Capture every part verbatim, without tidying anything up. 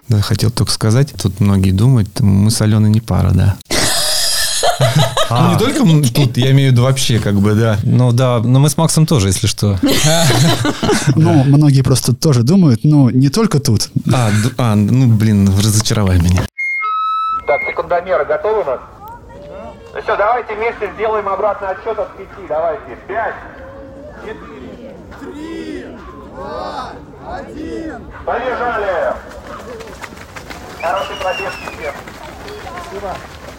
Да, хотел только сказать, тут многие думают, мы с Аленой не пара, да. Ну, не только тут, я имею в виду вообще, как бы, да. Ну, да, но мы с Максом тоже, если что. Ну, многие просто тоже думают, ну, не только тут. А, а ну, блин, разочаровали меня. Так, секундомеры готовы у нас? Ну все, давайте вместе сделаем обратный отсчет от пяти. Давайте. Пять, четыре, три, два, один. Побежали! Хороший пробежки всем. Спасибо.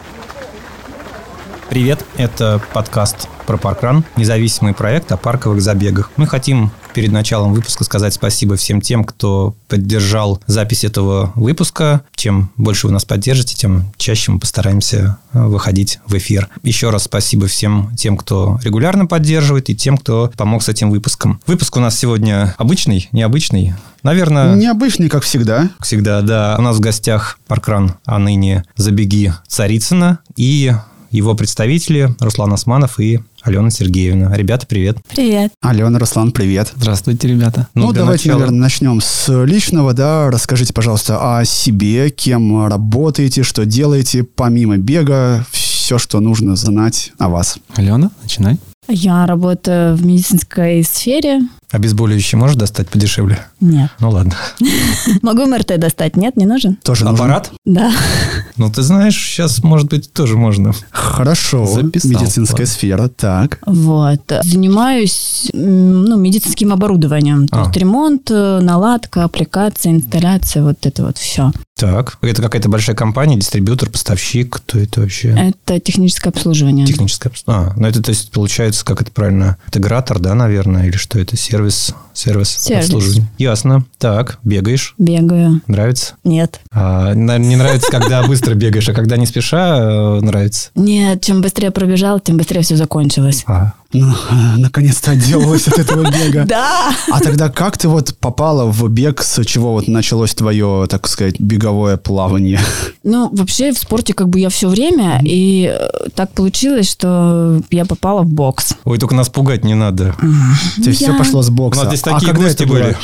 Привет, это подкаст про паркран, независимый проект о парковых забегах. Мы хотим перед началом выпуска сказать спасибо всем тем, кто поддержал запись этого выпуска. Чем больше вы нас поддержите, тем чаще мы постараемся выходить в эфир. Еще раз спасибо всем тем, кто регулярно поддерживает, и тем, кто помог с этим выпуском. Выпуск у нас сегодня обычный, необычный. Наверное... Необычный, как всегда. Как всегда, да. У нас в гостях паркран, а ныне забеги Царицына и... его представители Руслан Османов и Алена Сергеевна. Ребята, привет. Привет. Алена, Руслан, привет. Здравствуйте, ребята. Ну, ну давайте, начала... наверное, начнем с личного, да. Расскажите, пожалуйста, о себе, кем работаете, что делаете, помимо бега, все, что нужно знать о вас. Алена, начинай. Я работаю в медицинской сфере. Обезболивающий можешь достать подешевле? Нет. Ну, ладно. Могу эм эр тэ достать? Нет, не нужен? Тоже нужен. Аппарат? Да. Ну, ты знаешь, сейчас, может быть, тоже можно. Хорошо. Записал. Медицинская Ладно. Сфера, так. Вот. Занимаюсь ну, медицинским оборудованием. То а. есть ремонт, наладка, аппликация, инсталляция, вот это вот все. Так, это какая-то большая компания, дистрибьютор, поставщик, кто это вообще? Это техническое обслуживание. Техническое обслуживание. А, ну это, то есть, получается, как это правильно, интегратор, да, наверное, или что это, сервис, сервис, сервис. обслуживания. Ясно. Так, бегаешь? Бегаю. Нравится? Нет. А, не нравится, когда быстро бегаешь, а когда не спеша, нравится? Нет, чем быстрее пробежал, тем быстрее все закончилось. А. Ну, наконец-то отделалась от этого бега. Да. А тогда как ты вот попала в бег, с чего вот началось твое, так сказать, беговое плавание? Ну, вообще в спорте как бы я все время, и так получилось, что я попала в бокс. Ой, только нас пугать не надо. То есть Я- все пошло с бокса. У нас здесь А такие когда гости это было? были.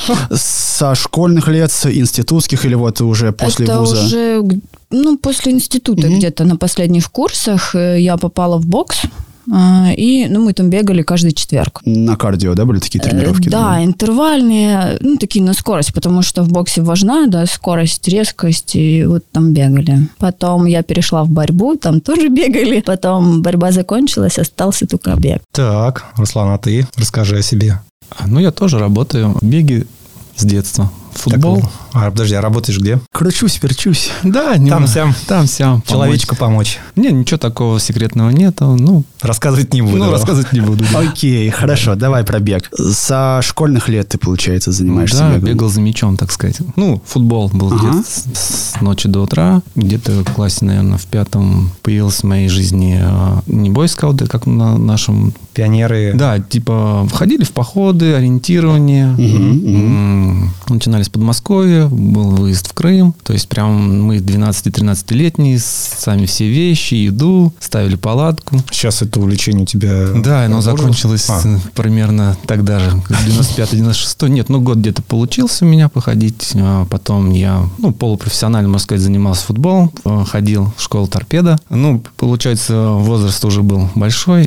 Со школьных лет, с институтских или вот уже после Это вуза? уже, ну, после института Мгм. где-то на последних курсах э, я попала в бокс. а, И, ну, мы там бегали каждый четверг. На кардио, да, были такие тренировки? Э, Да, интервальные, ну, такие на скорость, потому что в боксе важна, да, скорость, резкость, и вот там бегали. Потом я перешла в борьбу, там тоже бегали. Потом борьба закончилась, остался только бег. Так, Руслан, а ты расскажи о себе. Ну, я тоже работаю в беге с детства. Футбол. Так, а, подожди, а работаешь где? Кручусь, верчусь. Да, Там-сям. Там-сям. Человечку помочь. Не, ничего такого секретного нету. Ну, Рассказывать не буду. ну рассказывать не буду. да. Окей, хорошо, давай про бег. Со школьных лет ты, получается, занимаешься Да, бегом? бегал за мячом, так сказать. Ну, футбол был Ага. где-то с, с ночи до утра. Где-то в классе, наверное, в пятом появился в моей жизни э, не бойскауты, как на нашем... Пионеры. Да, типа входили в походы, ориентирование. Мгм, М, Начинали с Подмосковья, был выезд в Крым. То есть прям мы двенадцати-тринадцатилетние, сами все вещи, еду, ставили палатку. Сейчас это увлечение у тебя... Да, оно продолжилось? закончилось А. э, примерно тогда же, девяносто пятый - девяносто шестой. Нет, ну год где-то получился у меня походить. А потом я, ну, полупрофессионально, можно сказать, занимался футболом. э, Ходил в школу торпедо. Ну, получается, возраст уже был большой.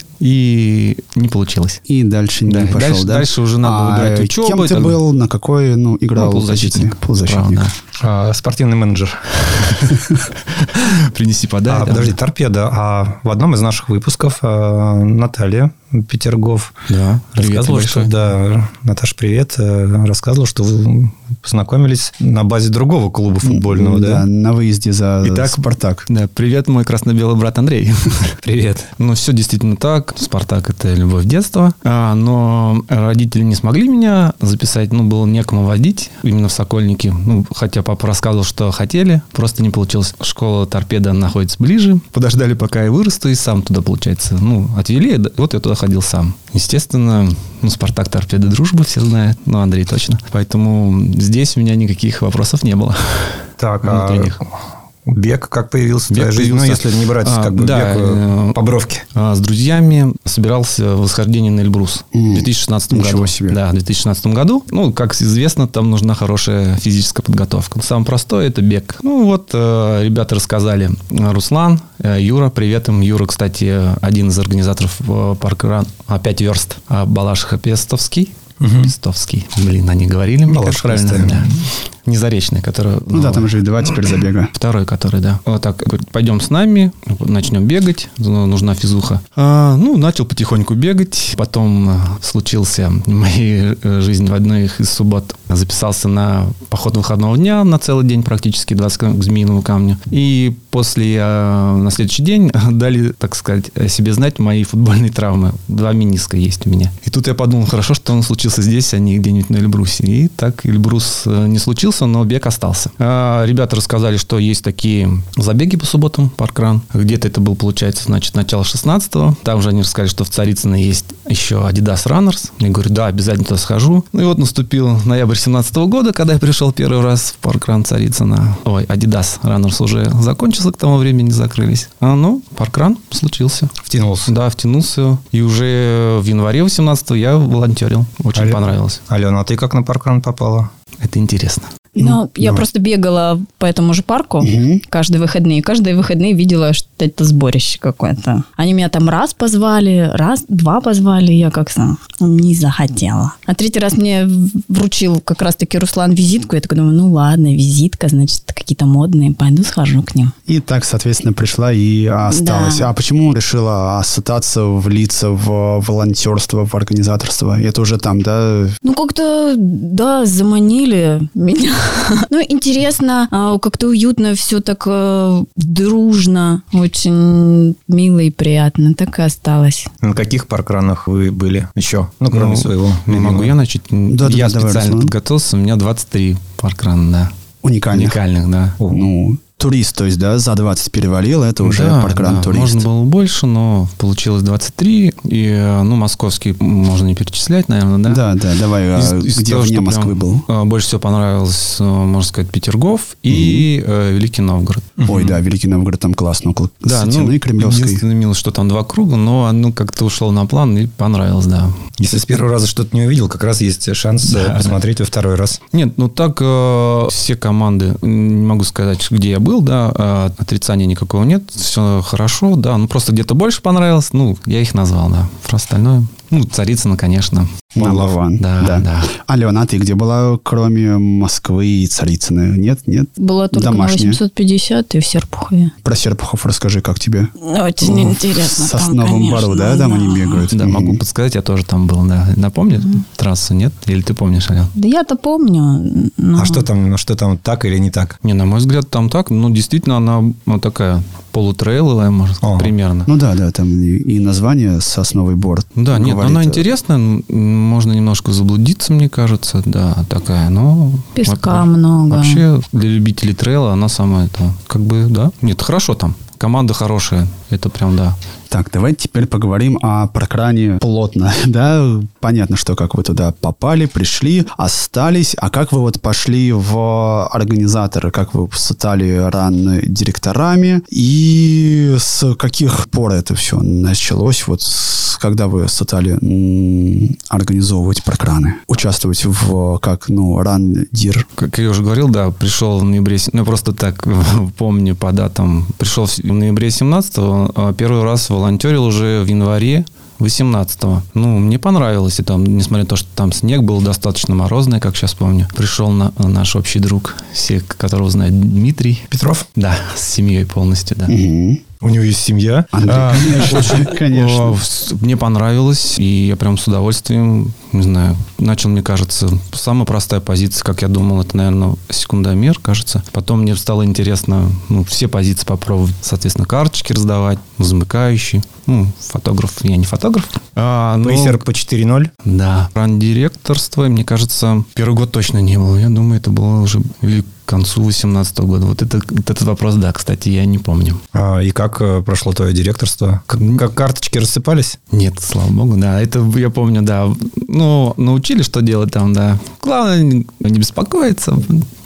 И не получилось. И дальше не Да, пошел, дальше, да? дальше уже надо А выбирать учебу. кем и ты так далее. был, на какой, ну, играл? Ну, полузащитник. Полузащитник. Справа, А, спортивный менеджер. да. Принеси А, подарок. подожди, торпеда. А в одном из наших выпусков а, Наталья Петергоф Да, привет рассказывала, что... большой. Да, Наташа, привет. э, Рассказывала, что вы познакомились на базе другого клуба футбольного, да? Да, на выезде за Итак, «Спартак». Да, привет, мой красно-белый брат Андрей. Привет. Ну, все действительно так. «Спартак» — это любовь детства. А, но родители не смогли меня записать. Ну, было некому водить именно в Сокольнике. Ну, хотя папа рассказывал, что хотели. Просто не получилось. Школа торпеда находится ближе. Подождали, пока я вырасту, и сам туда, получается, ну, отвели. Вот я туда ходил сам. Естественно, ну, «Спартак», торпеда, дружба, все знают. Ну, Андрей точно. Поэтому здесь у меня никаких вопросов не было. Так, а Внутренних. Бег как появился в Бег твоей жизни? Ну, появился. если не брать А, как бы да, бег э, по бровке. А, С друзьями собирался в восхождение на Эльбрус М, в две тысячи шестнадцатом ничего году. себе. Да, в две тысячи шестнадцатом году. Ну, как известно, там нужна хорошая физическая подготовка. Самое простое – это бег. Ну, вот э, ребята рассказали. Руслан, э, Юра, привет им. Юра, кстати, один из организаторов э, паркран а, «Пять верст», а Балашиха-Пестовский. Мгм. Пестовский. Блин, они говорили мне, как Балашиха правильно. ставим. Да. Незаречный, который... Ну да, там же два теперь забега. Второй, который, да. Вот так, говорит, пойдем с нами, начнем бегать, нужна физуха. А, ну, начал потихоньку бегать. Потом а, случился в моей э, жизни в одной из суббот. Записался на поход выходного дня на целый день практически, двадцать километров к Змеиному камню. И после, а, на следующий день дали, так сказать, о себе знать мои футбольные травмы. Два мениска есть у меня. И тут я подумал, хорошо, что он случился здесь, а не где-нибудь на Эльбрусе. И так Эльбрус э, не случился, но бег остался. А, ребята рассказали, что есть такие забеги по субботам, паркран. Где-то это был, получается, значит, начало шестнадцатого. Там же они рассказали, что в Царицыно есть еще Adidas Runners. Я говорю, да, обязательно туда схожу. Ну и вот наступил ноябрь семнадцатого года, когда я пришел первый раз в паркран Царицыно. Ой, Adidas Runners уже закончился, к тому времени закрылись. А, ну, паркран случился. Втянулся. Да, втянулся. И уже в январе восемнадцатого я волонтерил. Очень Алё- понравилось. Алена, а ты как на паркран попала? Это интересно. Ну, я давай. просто бегала по этому же парку Мгм. каждые выходные. Каждые выходные видела, что это сборище какое-то. Они меня там раз позвали, раз, два позвали, я как-то не захотела. А третий раз мне вручил как раз-таки Руслан визитку. Я такая думаю, ну ладно, визитка, значит, какие-то модные, пойду схожу к ним. И так, соответственно, пришла и осталась. Да. А почему решила остаться, влиться в волонтерство, в организаторство? Это уже там, да? Ну, как-то, да, заманили меня. Ну, интересно, а, как-то уютно, все так э, дружно, очень мило и приятно. Так и осталось. На каких паркранах вы были еще? Ну, кроме Ну, своего. Ну, любимого. могу я начать? Да, да, я да, давай, специально Руслан. подготовился. У меня двадцать три паркрана, да. Уникальных. Уникальных, да. Ну, турист, то есть, да, за двадцать перевалил, это уже Да, паркран да, турист. можно было больше, но получилось двадцать три. И, ну, московский можно не перечислять, наверное, да? Да, да, давай, а Из- из где того, вне что Москвы прям, был? а, Больше всего понравилось, а, можно сказать, Петергоф и э, Великий Новгород. Ой, да, Великий Новгород там классно, около Да, Стены ну, Кремлевской. единственный минус, что там два круга, но оно как-то ушло на план и понравилось, да. Если с первого раза что-то не увидел, как раз есть шанс э, Да. посмотреть во второй раз. Нет, ну так э, все команды, не могу сказать, где я был, да, э, отрицания никакого нет, все хорошо, да, ну просто где-то больше понравилось, ну, я их назвал, да. Про остальное, ну, Царицыно, конечно. Number one. Да, Да. да. Алена, а ты где была, кроме Москвы и Царицыны? Нет, нет? Была только Домашняя. на восемьсот пятьдесят и в Серпухове. Про Серпухов расскажи, как тебе? Очень интересно. В там, Сосновом конечно, Бору, да, там они бегают? Да, Мгм. могу подсказать, я тоже там был, да. Напомни трассу, нет? Или ты помнишь, Ален? Да я-то помню. но- А что там, ну, что там, так или не так? Не, на мой взгляд, там так, ну, действительно, она вот такая полутрейловая, может сказать, Ага. примерно. Ну да, да, там и, и название «Сосновый Бор». Да, нет, говорит, она э, интересная, м, можно немножко заблудиться, мне кажется, да, такая, но... Песка во- много. Вообще, для любителей трейла она самая, это, как бы, да, нет, хорошо там, команда хорошая, это прям, да. Так, давайте теперь поговорим о паркране плотно. Да, понятно, что как вы туда попали, пришли, остались. А как вы вот пошли в организаторы? Как вы стали ран-директорами? И с каких пор это все началось? Вот с- когда вы стали м, организовывать паркраны? Участвовать в, как, ну, ран-дир? Как я уже говорил, да, пришел в ноябре, се- ну, я просто так помню по датам, пришел в ноябре семнадцатого, а первый раз волонтерил уже в январе восемнадцатого. Ну, мне понравилось. И там, несмотря на то, что там снег был достаточно морозный, как сейчас помню, пришел на, наш общий друг, все, которого знает Дмитрий. Петров? Да, с семьей полностью, да. Мгм. У него есть семья. Андрей, А, конечно, конечно. О, с- Мне понравилось, и я прям с удовольствием, не знаю, начал, мне кажется, самая простая позиция, как я думал, это, наверное, секундомер, кажется. Потом мне стало интересно, ну, все позиции попробовать, соответственно, карточки раздавать, замыкающий. Ну, фотограф, я не фотограф. А, ну, Пейсер по четыре ноль. да, ран-директорство, мне кажется, первый год точно не было. Я думаю, это было уже или к концу восемнадцатого года. Вот, это, вот этот вопрос, да, кстати, я не помню. А, и как э, прошло твое директорство? Как, как карточки рассыпались? Нет, слава богу, да. Это я помню, да. Ну, научили, что делать там, да. Главное, не беспокоиться.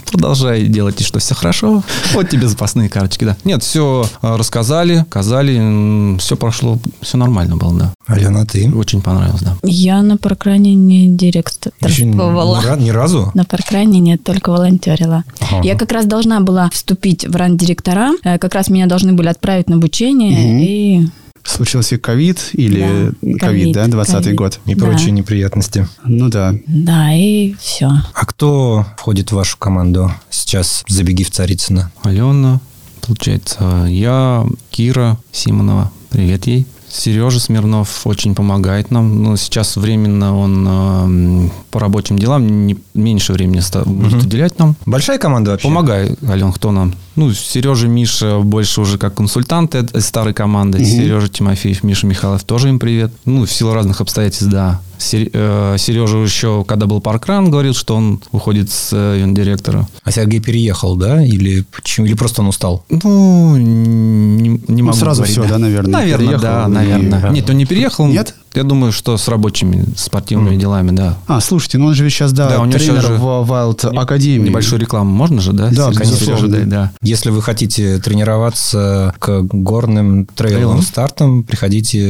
продолжай делать, и что все хорошо. Вот тебе запасные карточки, да. Нет, все рассказали, сказали, все прошло, все нормально было, да. Алена, ты? Очень понравилось, да. Я на паркране не директорствовала. Еще ни, ни разу? На паркране нет, только волонтерила. Ага. Я как раз должна была вступить в ранг-директора. Как раз меня должны были отправить на обучение. Угу. И... Случился ковид или Да, ковид, да, двадцатый ковид. год? И Да. прочие неприятности. Ну да. Да, и все. А кто входит в вашу команду сейчас? Забеги в Царицыно. Алена, получается, я, Кира Симонова, привет ей. Сережа Смирнов очень помогает нам. Ну, сейчас временно он э, по рабочим делам не, меньше времени ста- будет Мгм. уделять нам. Большая команда вообще? Помогай, Ален, кто нам? Ну, Сережа, Миша больше уже как консультанты из старой команды. Мгм. Сережа Тимофеев, Миша Михайлов, тоже им привет. Ну, в силу разных обстоятельств, да. Сер- э, Сережа еще, когда был паркран, говорил, что он уходит с э, директора. А Сергей переехал, да? Или почему? Или просто он устал? Ну, не, не Ну, могу сразу говорить, все, да, наверное, Наверное, переехал да, и- наверное. Нет, он не переехал. Нет? Я думаю, что с рабочими спортивными Мгм. делами, да. А, слушайте, ну он же сейчас, да, Да, у него тренер сейчас же в Wild Академии. Небольшую рекламу можно же, да? Да, Сережа, конечно, Сережа, да. да, да. Если вы хотите тренироваться к горным трейловым Трейлам. стартам, приходите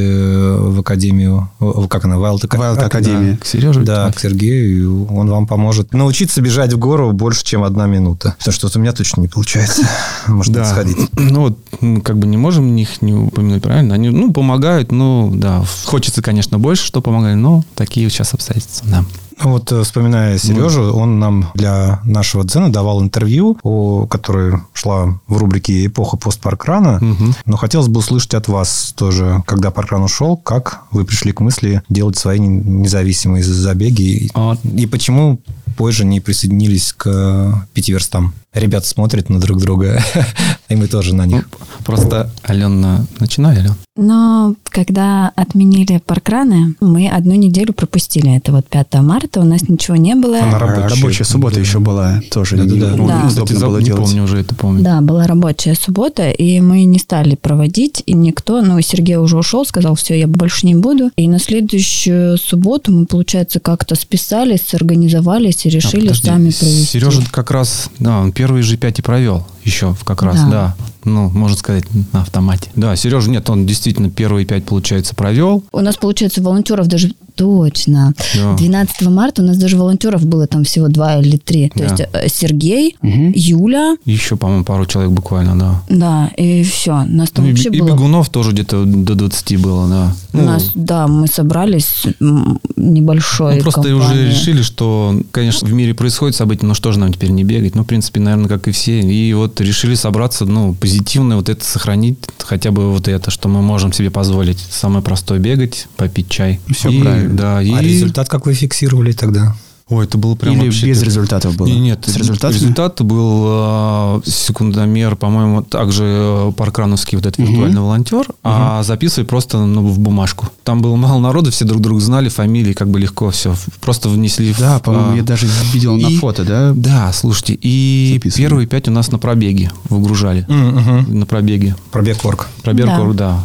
в академию, в- как она, Wild, Ака- Wild Ак- Академия. К Сереже. Да, к Сергею, и он вам поможет научиться бежать в гору больше, чем одна минута. Потому что вот у меня точно не получается. Может, Да. надо сходить. Ну, вот, мы как бы не можем них не упомянуть, правильно? Они, ну, помогают, ну, да. Хочется, конечно, больше, что помогали, но такие сейчас обстоятельства, да. Ну вот, э, вспоминая Сережу, он нам для нашего дзена давал интервью, о, которое шла в рубрике «Эпоха постпаркрана». Мгм. Но хотелось бы услышать от вас тоже, когда паркран ушел, как вы пришли к мысли делать свои не- независимые забеги и, Вот. и почему позже не присоединились к пяти верстам. Ребята смотрят на друг друга, и мы тоже на них. Просто, Алена, начинай, Алена. Но когда отменили паркраны, мы одну неделю пропустили. Это вот пятого марта, у нас ничего не было. Она А, рабочая. Рабочая суббота Да. еще была тоже. Да-да-да. не- Ну, Да. удобно Кстати, было заб- не делать. помню уже это, помню. Да, была рабочая суббота, и мы не стали проводить, и никто, ну, Сергей уже ушел, сказал, все, я больше не буду. И на следующую субботу мы, получается, как-то списались, сорганизовались и А, решили подожди, сами провести. Сережа как раз, да, он первый же пять и провел еще как раз, Да. да. Ну, можно сказать, на автомате. Да, Сережа, нет, он действительно первые пять, получается, провел. У нас, получается, волонтеров даже... Точно. Да. двенадцатого марта у нас даже волонтеров было там всего два или три. То Да. есть э, Сергей, Мгм. Юля, Еще, по-моему, пару человек буквально, да. да, и все. Нас там Ну, и, вообще и было... бегунов тоже где-то до двадцати было, да. У Ну, нас, да, мы собрались м, небольшой ну, просто компанией. уже решили, что, конечно, в мире происходит событие, но что же нам теперь не бегать? Ну, в принципе, наверное, как и все. И вот решили собраться, ну, позитивно вот это сохранить, хотя бы вот это, что мы можем себе позволить. Самое простое — бегать, попить чай. Всё И, правильно. Да, и... А результат как вы фиксировали тогда? Ой, это было прям Или вообще... без результатов было? Не, нет, С результатами? результат был э, секундомер, по-моему, также э, паркрановский вот этот Мгм. виртуальный волонтер, а записывали просто ну, в бумажку. Там было мало народу, все друг друга знали, фамилии, как бы легко все. Просто внесли... в- Да, по-моему, а, я даже видел на и- фото, да? Да, слушайте, и Записывали. первые пять у нас на пробеге выгружали. На пробеге. Пробег орг. Пробег, Да. да.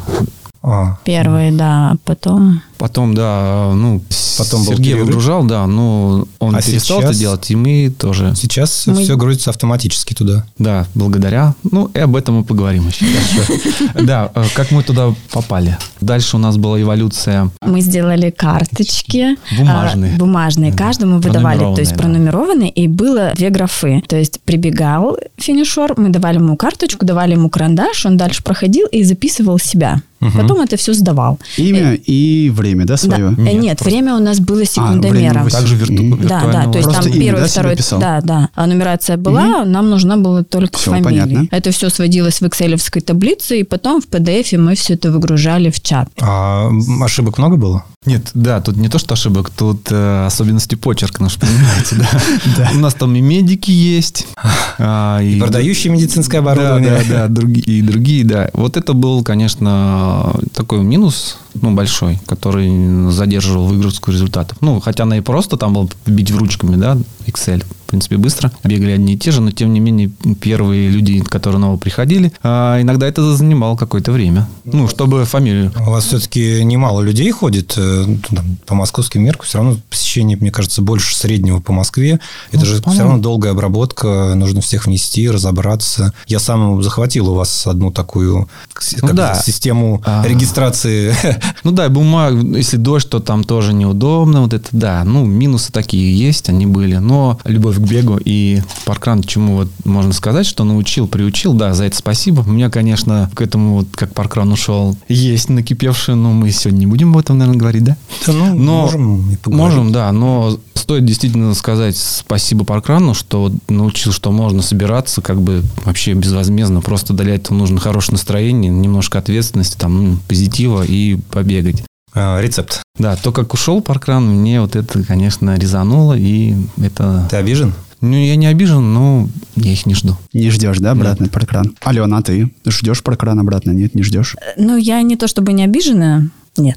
А, Первые, да, а потом... Потом, да, ну, Потом был Сергей перерыв. выгружал, да, но он А перестал сейчас? это делать, и мы тоже. сейчас Мы- все грузится автоматически туда. Да, благодаря. Ну, и об этом мы поговорим еще дальше. Да, э, как мы туда попали. Дальше у нас была эволюция. Мы сделали карточки. Бумажные. а, бумажные. Да. Каждому выдавали, то есть Пронумерованные, да. пронумерованные. И было две графы. То есть прибегал финишер, мы давали ему карточку, давали ему карандаш, он дальше проходил и записывал себя. Потом это все сдавал. Имя и время, да, Да. свое? Э, Нет, Нет, просто- время у нас было секундомером. время Также вирту- Мгм. Да, да, виртуального- то есть Просто там имя, первый, да, себе второй, писал? да, да. А нумерация была, нам нужна была только Всё, фамилия. понятно. Это все сводилось в экселевской таблице, и потом в пи ди эф мы все это выгружали в чат. А ошибок много было? Нет, да, тут не то, что ошибок, тут э, особенности почерка, ну, понимаете, да. У нас там и медики есть. а, И продающие медицинское Да, оборудование. да, да, другие, и другие, да. Вот это был, конечно, такой минус, ну, большой, который задерживал выгрузку результатов. Ну, хотя она и просто там было вбить в ручками, да, Excel. В принципе, быстро. Бегали одни и те же, но, тем не менее, первые люди, которые ново приходили, а, иногда это занимало какое-то время. Ну, чтобы фамилию. У вас все-таки немало людей ходит э, же там, по московским меркам все равно посещение, мне кажется, больше среднего по Москве. Это ну, же по-моему. все равно долгая обработка, нужно всех внести, разобраться. Я сам захватил у вас одну такую ну, да. систему а... регистрации. Ну да, бумага, если дождь, то там тоже неудобно. Вот это да, ну минусы такие есть, они были. Но любовь к бегу и паркран, чему вот можно сказать, что научил, приучил, да, за это спасибо. У меня, конечно, к этому, вот как паркран ушел, есть накипевшее, но мы сегодня не будем об этом, наверное, говорить, да? Да, ну, но, можем и поговорить. Можем, да, но стоит действительно сказать спасибо паркрану, что вот научил, что можно собираться как бы вообще безвозмездно, просто для этого нужно хорошее настроение, немножко ответственности, там, позитива и побегать. А, рецепт. Да, то, как ушел паркран, мне вот это, конечно, резануло, и это... Ты обижен? Ну, я не обижен, но я их не жду. Не ждешь, да, обратно паркран? Алена, а ты ждешь паркран обратно? Нет, не ждешь? Ну, я не то чтобы не обижена, нет.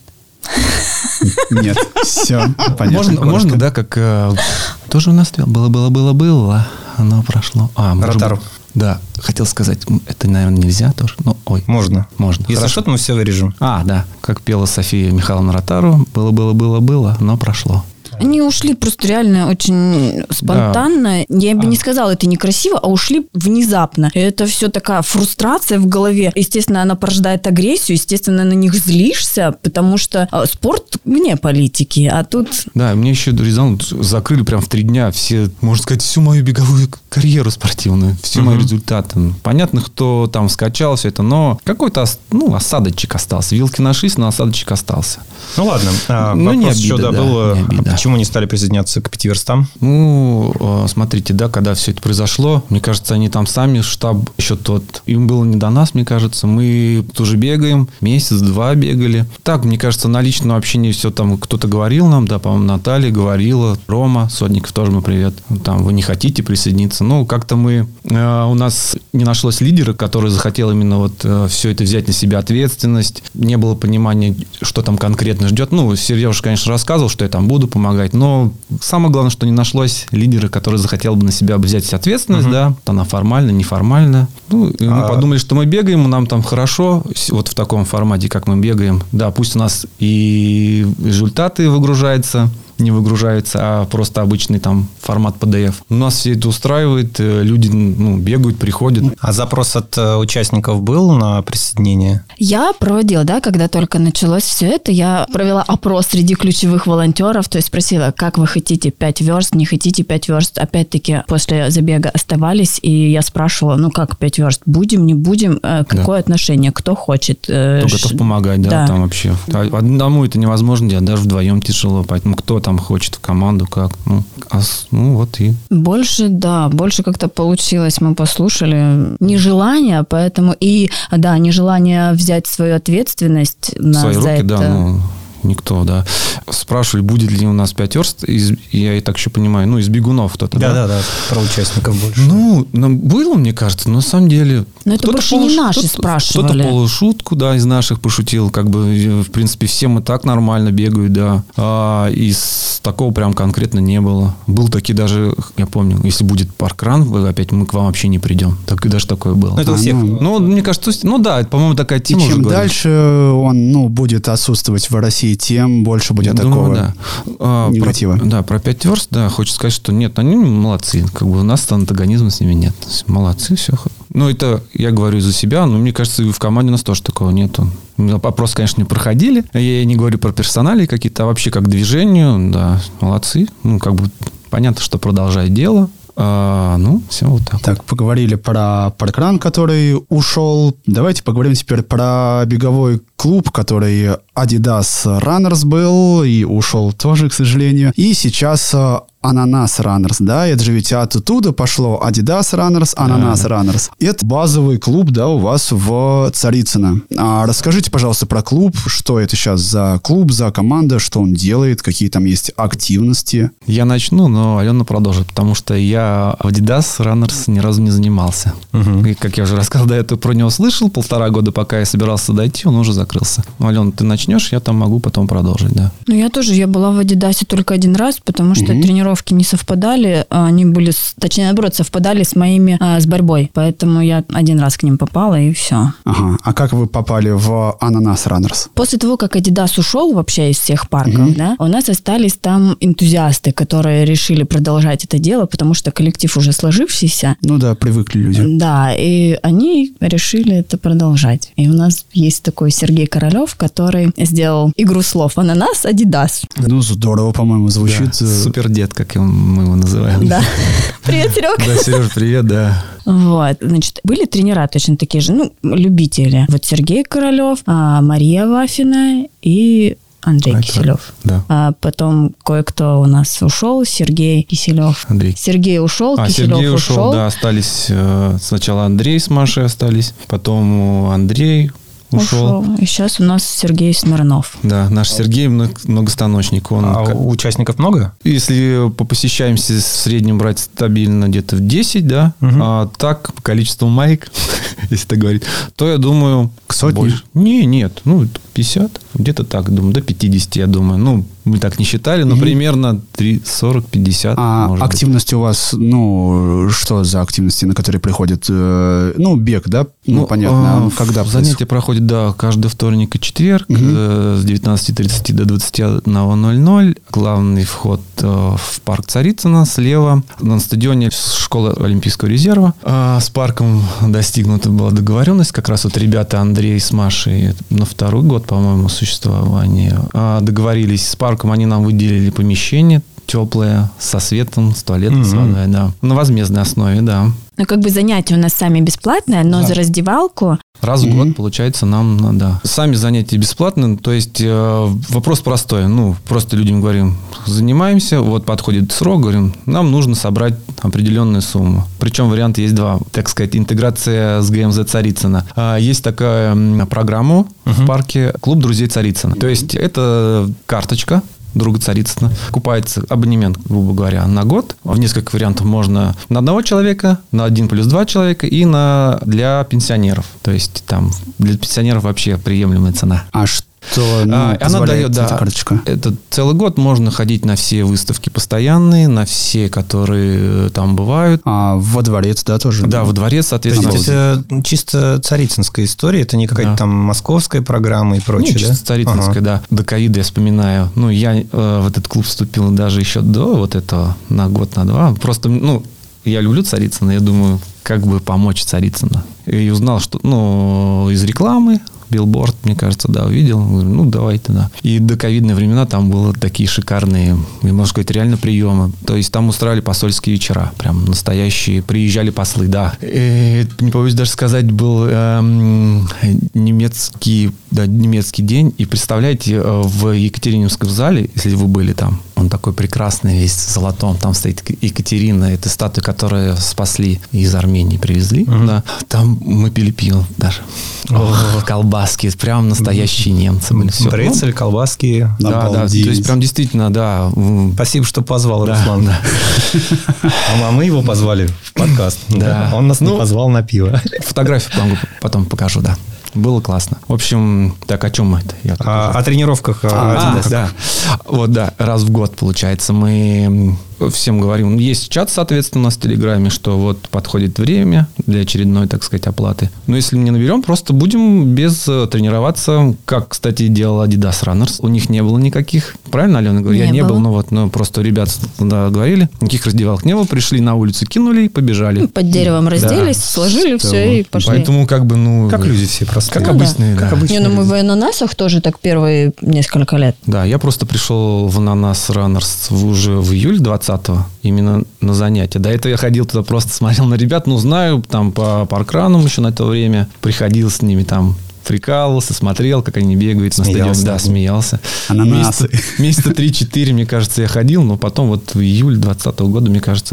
Нет, все, понятно. Можно, можно, да, как... Э, тоже у нас было-было-было-было, оно прошло. А, Ротару. Да, хотел сказать, это, наверное, нельзя тоже. Но, ой. Можно. Можно. Если что-то, мы все вырежем. А, да, как пела София Михайловна Ротару, было-было-было-было, но прошло. Они ушли просто реально очень спонтанно. Да. Я бы а. не сказала, это некрасиво, а ушли внезапно. И это все такая фрустрация в голове. Естественно, она порождает агрессию, естественно, на них злишься, потому что спорт вне политики, а тут... Да, мне еще резон закрыли прям в три дня все, можно сказать, всю мою беговую карьеру спортивную, все угу. мои результаты. Понятно, кто там скачал все это, но какой-то ну, осадочек остался. Вилки нашлись, но осадочек остался. Ну, ладно. А, ну, вопрос не обида, еще да, да, был... Не обида. Почему не стали присоединяться к пяти верстам? Ну, смотрите, да, когда все это произошло, мне кажется, они там сами, штаб еще тот, им было не до нас, мне кажется. Мы тоже бегаем, месяц-два бегали. Так, мне кажется, на личном общении все там кто-то говорил нам, да, по-моему, Наталья говорила, Рома Сотников тоже мы привет. Там, вы не хотите присоединиться. Ну, как-то мы, э, у нас не нашлось лидера, который захотел именно вот э, все это взять на себя ответственность. Не было понимания, что там конкретно ждет. Ну, Сережа, конечно, рассказывал, что я там буду помогать. Но самое главное, что не нашлось лидера, который захотел бы на себя взять ответственность, угу. да, она формально, неформально. Ну, и мы а... подумали, что мы бегаем, нам там хорошо, вот в таком формате, как мы бегаем. Да, пусть у нас и результаты выгружаются, не выгружаются, а просто обычный там формат пи ди эф. У нас все это устраивает, люди ну, бегают, приходят. А запрос от участников был на присоединение? Я проводила, да, когда только началось все это, я провела опрос среди ключевых волонтеров, то есть спросила, как вы хотите пять верст, не хотите пять верст. Опять-таки, после забега оставались, и я спрашивала, ну как пять верст, будем, не будем, какое да. отношение, кто хочет. Кто Ш... готов помогать, да, да, там вообще. Одному это невозможно делать, даже вдвоем тяжело, поэтому кто там хочет в команду, как, ну, а, ну вот и. Больше, да, больше как-то получилось, мы послушали нежелание, поэтому и, да, нежелание взять свою ответственность на свои за руки, это. Да, ну, никто, да. Спрашивали, будет ли у нас пять верст, из, я и так еще понимаю, ну, из бегунов кто-то, да? Да, да, да, про участников больше. Ну, нам было, мне кажется, но на самом деле... Но это больше полуш... не наши кто-то, спрашивали. Кто-то полушутку, да, из наших пошутил, как бы, в принципе, все мы так нормально бегают, да. А из такого прям конкретно не было. Был таки даже, я помню, если будет паркран, вы опять мы к вам вообще не придем. Так и даже такое было. Но это у всех. Ну, ну, мне кажется, ну да, по-моему, такая тема. И чем дальше он, ну, будет отсутствовать в России, тем больше будет я такого думаю, да. негатива. Про, да, про пять верст, да, хочется сказать, что нет, они молодцы. Как бы у нас антагонизма с ними нет. Молодцы, все. Ну, это я говорю за себя, но мне кажется, и в команде у нас тоже такого нету. Вопрос, конечно, не проходили. Я не говорю про персонали какие-то, а вообще как движению, да, молодцы. Ну, как бы понятно, что продолжать дело. А, ну, все вот так. Так, поговорили про паркран, который ушел. Давайте поговорим теперь про беговой клуб, который Adidas Runners был и ушел тоже, к сожалению. И сейчас Ананас Runners, да, это же ведь оттуда пошло Adidas Runners, Ананас да. Runners. Это базовый клуб, да, у вас в Царицыно. А расскажите, пожалуйста, про клуб, что это сейчас за клуб, за команда, что он делает, какие там есть активности. Я начну, но Алена продолжит, потому что я в Adidas Runners ни разу не занимался. Угу. И, как я уже рассказал, до этого про него слышал, полтора года, пока я собирался дойти, он уже закрылся. Ну, Алена, ты начнешь, я там могу потом продолжить, да. Ну, я тоже, я была в Адидасе только один раз, потому что mm-hmm. тренировка тренировки не совпадали, они были, точнее, наоборот, совпадали с моими, а, с борьбой. Поэтому я один раз к ним попала, и все. Ага. А как вы попали в Ананас Раннерс? После того, как Adidas ушел вообще из всех парков, mm-hmm. да, у нас остались там энтузиасты, которые решили продолжать это дело, потому что коллектив уже сложившийся. Ну да, привыкли люди. Да, и они решили это продолжать. И у нас есть такой Сергей Королев, который сделал игру слов «Ананас», «Адидас». Ну, здорово, по-моему, звучит. Да, супер дед, как мы его называем. Да. Привет, Серег. Да, Сереж, привет, да. Вот, значит, были тренера точно такие же, ну, любители. Вот Сергей Королев, Мария Вафина и Андрей а, Киселев. Да. А потом кое-кто у нас ушел, Сергей Киселев. Андрей. Сергей ушел, а, Киселев Сергей ушел. ушел, да, остались э, сначала Андрей с Машей остались, потом Андрей ушел. ушел. И сейчас у нас Сергей Смирнов. Да, наш Сергей многостаночник. Он а к... участников много? Если по посещаемости в среднем брать стабильно где-то в десять, да, угу. а так по количеству маек, если так говорить, то я думаю... К сотне? Больше. Не, нет, ну пятьдесят, где-то так, думаю, до пятидесяти, я думаю. Ну, мы так не считали, но угу. примерно сорок-пятьдесят. А активности быть. У вас, ну, что за активности, на которые приходят? Э, ну, бег, да? Ну, ну понятно. А, когда занятия проходят, да, каждый вторник и четверг угу. э, с девятнадцати тридцати до двадцати одного ноль ноль. Главный вход э, в парк Царицына слева. На стадионе школы Олимпийского резерва. А с парком достигнута была договоренность. Как раз вот ребята Андрей с Машей на второй год, по-моему, существования а, договорились с парком. Они нам выделили помещение теплое, со светом, с туалетом, mm-hmm. с водой, да. На возмездной основе, да. Ну, как бы занятия у нас сами бесплатные, но да. за раздевалку... Раз в mm-hmm. год, получается, нам, да. Сами занятия бесплатные, то есть э, вопрос простой. Ну, просто людям говорим, занимаемся, вот подходит срок, говорим, нам нужно собрать определенную сумму. Причем варианты есть два, так сказать, интеграция с ГМЗ Царицына. А, есть такая программа mm-hmm. в парке «Клуб друзей Царицына». То есть это карточка друга Царицына. Покупается абонемент, грубо говоря, на год. В несколько вариантов можно на одного человека, на один плюс два человека и на для пенсионеров. То есть там для пенсионеров вообще приемлемая цена. А что ну, а, она дает, эта да, карточка? Это целый год можно ходить на все выставки постоянные, на все, которые там бывают. А во дворец, да, тоже? Да, во дворец, соответственно. То есть это чисто царицынская история, это не какая-то да. там московская программа и прочее, не, да? чисто царицынская, ага. да. До ковида я вспоминаю. Ну, я э, в этот клуб вступил даже еще до вот этого, на год, на два. Просто, ну, я люблю Царицына, я думаю, как бы помочь Царицыну. И узнал, что, ну, из рекламы, билборд, мне кажется, да, увидел. Говорю, ну, давайте, да. И до ковидные времена там были такие шикарные, можно сказать, реально приемы. То есть там устраивали посольские вечера. Прям настоящие. Приезжали послы, да. И, не побоюсь даже сказать, был эм, немецкий, да, немецкий день. И представляете, в Екатерининском зале, если вы были там, он такой прекрасный весь, в золотом. Там стоит Екатерина. Это статуя, которую спасли из Армении, привезли. Угу. Да. Там мы пили пиво даже. Ох, колбаски. Прям настоящие немцы были. Все. Брецель, колбаски. Да, обалдеть. Да. То есть прям действительно, да. Спасибо, что позвал, да, Руслан. Да. А мы его позвали в подкаст. Да. Он нас ну, не позвал на пиво. Фотографию потом покажу, да. Было классно. В общем, так, о чем мы это? Я а, о тренировках. А, а, да. Вот, да, раз в год, получается, мы всем говорим. Есть чат, соответственно, у нас в Телеграме, что вот подходит время для очередной, так сказать, оплаты. Но если не наберем, просто будем без тренироваться, как, кстати, делал Adidas Runners. У них не было никаких. Правильно, Алена? Говорю, я не был, но вот, ну, просто ребята да, говорили. Никаких раздевалок не было. Пришли на улицу, кинули и побежали. Под деревом разделись, да. сложили что все и пошли. Поэтому как бы, ну... Как люди все просто. Как ну, обычные, да. да. Как обычные. Не, ну мы в ананасах тоже так первые несколько лет. Да, я просто пришел в Ананас Runners уже в июле двадцатого, именно на занятия. До этого я ходил туда, просто смотрел на ребят, ну, знаю, там по паркранам еще на то время, приходил с ними там, прикалывался, смотрел, как они бегают смеялся, на стадионе. Да, смеялся. Ананасы. Месяца три-четыре, мне кажется, я ходил, но потом вот в июле двадцатого года, мне кажется, да.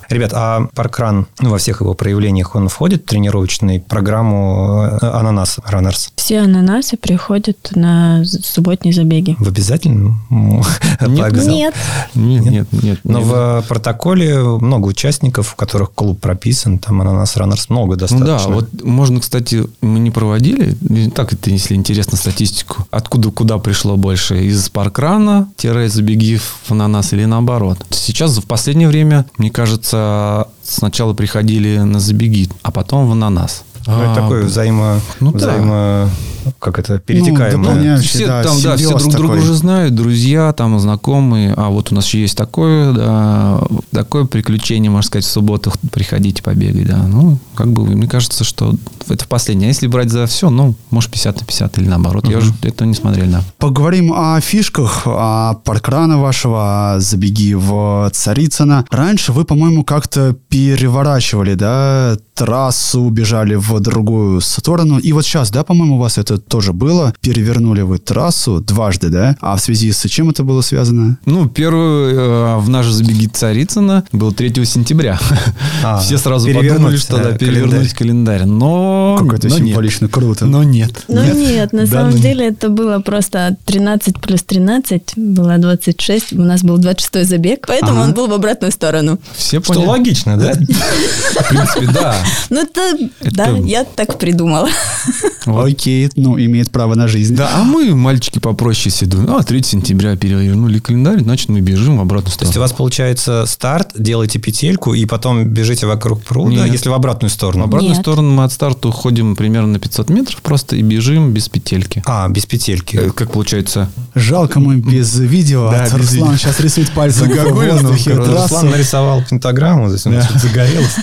Ребят, а паркран, ну, во всех его проявлениях, он входит в тренировочную программу «Ананас Runners»? Все ананасы приходят на субботние забеги. В обязательном? Нет. Нет. Нет, нет, нет. Но в протоколе много участников, у которых клуб прописан, там «Ананас Runners» много достаточно. Ну да, вот можно, кстати, мы не проводили, так это, если интересно, статистику, откуда куда пришло больше, из паркрана-забеги в «Ананас» или наоборот. Сейчас в последнее время, мне кажется, сначала приходили на забеги, а потом в «Ананас». Ну, это такое взаимо... Ну, взаимо... Как это? Перетекаемое. Ну, все да, там, да, все друг друга такой. уже знают, друзья, там, знакомые. А вот у нас еще есть такое, да, такое приключение, можно сказать, в субботу приходите побегать, да. Ну, как бы, мне кажется, что это последнее. А если брать за все, ну, может, пятьдесят на пятьдесят или наоборот. Uh-huh. Я уже этого не смотрел, да. Поговорим о фишках, о паркрана вашего, о забеги в Царицыно. Раньше вы, по-моему, как-то переворачивали, да, трассу, бежали в другую сторону. И вот сейчас, да, по-моему, у вас это тоже было. Перевернули вы трассу дважды, да? А в связи с чем это было связано? Ну, первый э, в нашей забеги Царицыно был третьего сентября. А, все сразу подумали, что да, перевернуть календарь. Но, как это но символично, нет. Круто. Но нет. Ну нет, нет на да, самом ну деле это было просто тринадцать плюс тринадцать, было двадцать шесть. У нас был двадцать шестой забег, поэтому ага. он был в обратную сторону. Все что поняли. Логично, да? В принципе, да. Ну, это, да, я так придумала. Окей, ну, имеет право на жизнь. Да, а мы, мальчики, попроще себе думаем, а, третьего сентября перевернули календарь, значит, мы бежим в обратную сторону. То есть, у вас получается старт, делаете петельку, и потом бежите вокруг пруда, Нет. если в обратную сторону? В обратную Нет. сторону мы от старта уходим примерно на пятьсот метров просто и бежим без петельки. А, без петельки. Как получается? Жалко, мы без видео. Да, Руслан видео. сейчас рисует пальцем в воздухе. Руслан нарисовал пентаграмму, здесь у нас загорелось.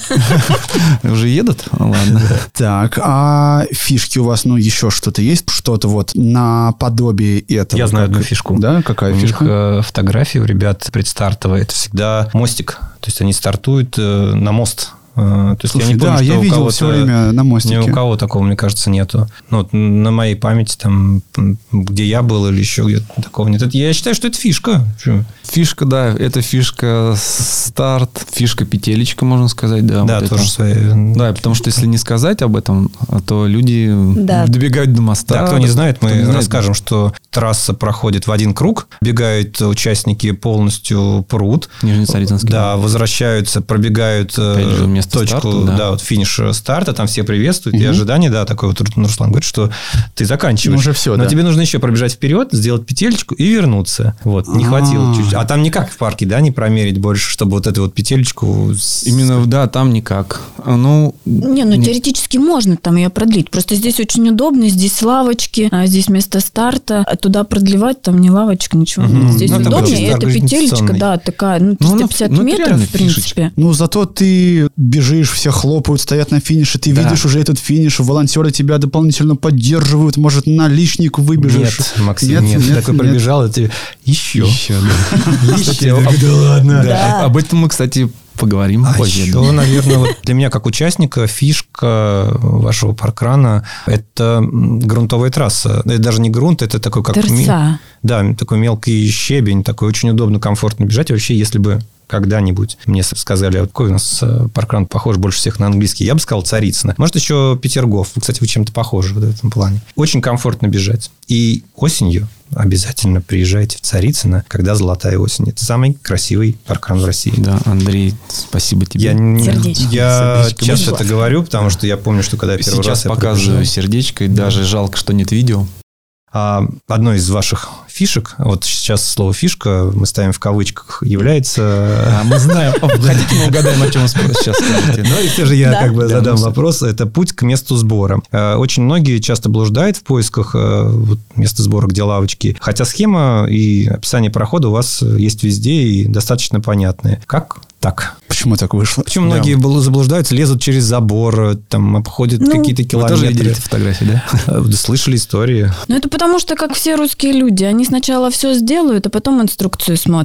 Уже едут? Ладно. Так, а фишки у вас, ну, еще что-то есть? Что-то вот наподобие этого? Я знаю одну фишку. Да, какая у фишка? У них э, фотографии у ребят предстартовые. Это всегда мостик. То есть, они стартуют э, на мост. То есть, Слушай, я не помню, да, что я у видел все время на мостике. Ни у кого такого, мне кажется, нету. Ну, вот на моей памяти, там, где я был или еще где-то такого нет. Это, я считаю, что это фишка. Фишка, да, это фишка старт, фишка петелечка, можно сказать. Да, да вот тоже это. свои... Да, потому что если не сказать об этом, то люди да. добегают до моста. Да, кто не знает, мы не расскажем, знает. что трасса проходит в один круг, бегают участники полностью пруд. Нижнецарицынский. Да, возвращаются, пробегают же, точку, старта, да. да, вот финиш старта, там все приветствуют, угу. и ожидание, да, такое вот Руслан говорит, что ты заканчиваешь. Ну, уже все, но да. тебе нужно еще пробежать вперед, сделать петелечку и вернуться. Вот, не хватило чуть-чуть. А там никак в парке, да, не промерить больше, чтобы вот эту вот петелечку... Именно, да, там никак. Ну... Не, ну, теоретически можно там ее продлить. Просто здесь очень удобно, здесь лавочки, а здесь место старта, а туда продлевать там не лавочка, ничего. Угу. Здесь ну, удобнее, и эта петелечка, да, такая, ну, триста пятьдесят ну, метров, в принципе. Фишечка. Ну, зато ты бежишь, все хлопают, стоят на финише, ты да. видишь уже этот финиш, волонтеры тебя дополнительно поддерживают, может, наличник выбежишь. Нет, Максим, нет. нет. нет такой нет. пробежал, и ты еще. Еще, да. Еще. Да ладно. Об этом мы, кстати, поговорим а позже. Еще, да. наверное, вот для меня как участника фишка вашего паркрана – это грунтовая трасса. Это даже не грунт, это такой как... Торца. Да, такой мелкий щебень, такой очень удобно, комфортно бежать. И вообще, если бы когда-нибудь мне сказали, вот какой у нас паркран похож больше всех на английский, я бы сказал Царицыно. Может, еще Петергоф. Кстати, вы чем-то похожи в этом плане. Очень комфортно бежать. И осенью обязательно приезжайте в Царицыно, когда золотая осень. Это самый красивый паркран в России. Да, Андрей, спасибо тебе. Я, сердечко. я сердечко часто это говорю, потому что я помню, что когда я первый Сейчас раз... Сейчас показываю сердечко, и даже жалко, что нет видео. А одной из ваших фишек, вот сейчас слово «фишка» мы ставим в кавычках, является... А мы знаем. Хотите, мы угадаем, о чем вы сейчас скажете? Ну, и все же я как бы задам вопрос. Это путь к месту сбора. Очень многие часто блуждают в поисках места сбора, где лавочки. Хотя схема и описание прохода у вас есть везде и достаточно понятные. Как так? Почему так вышло? Почему да. многие заблуждаются, лезут через забор, там, обходят ну, какие-то километры? Вы тоже видели эти фотографии, да? Слышали истории. Ну, это потому что, как все русские люди, они сначала все сделают, а потом инструкцию смотрят.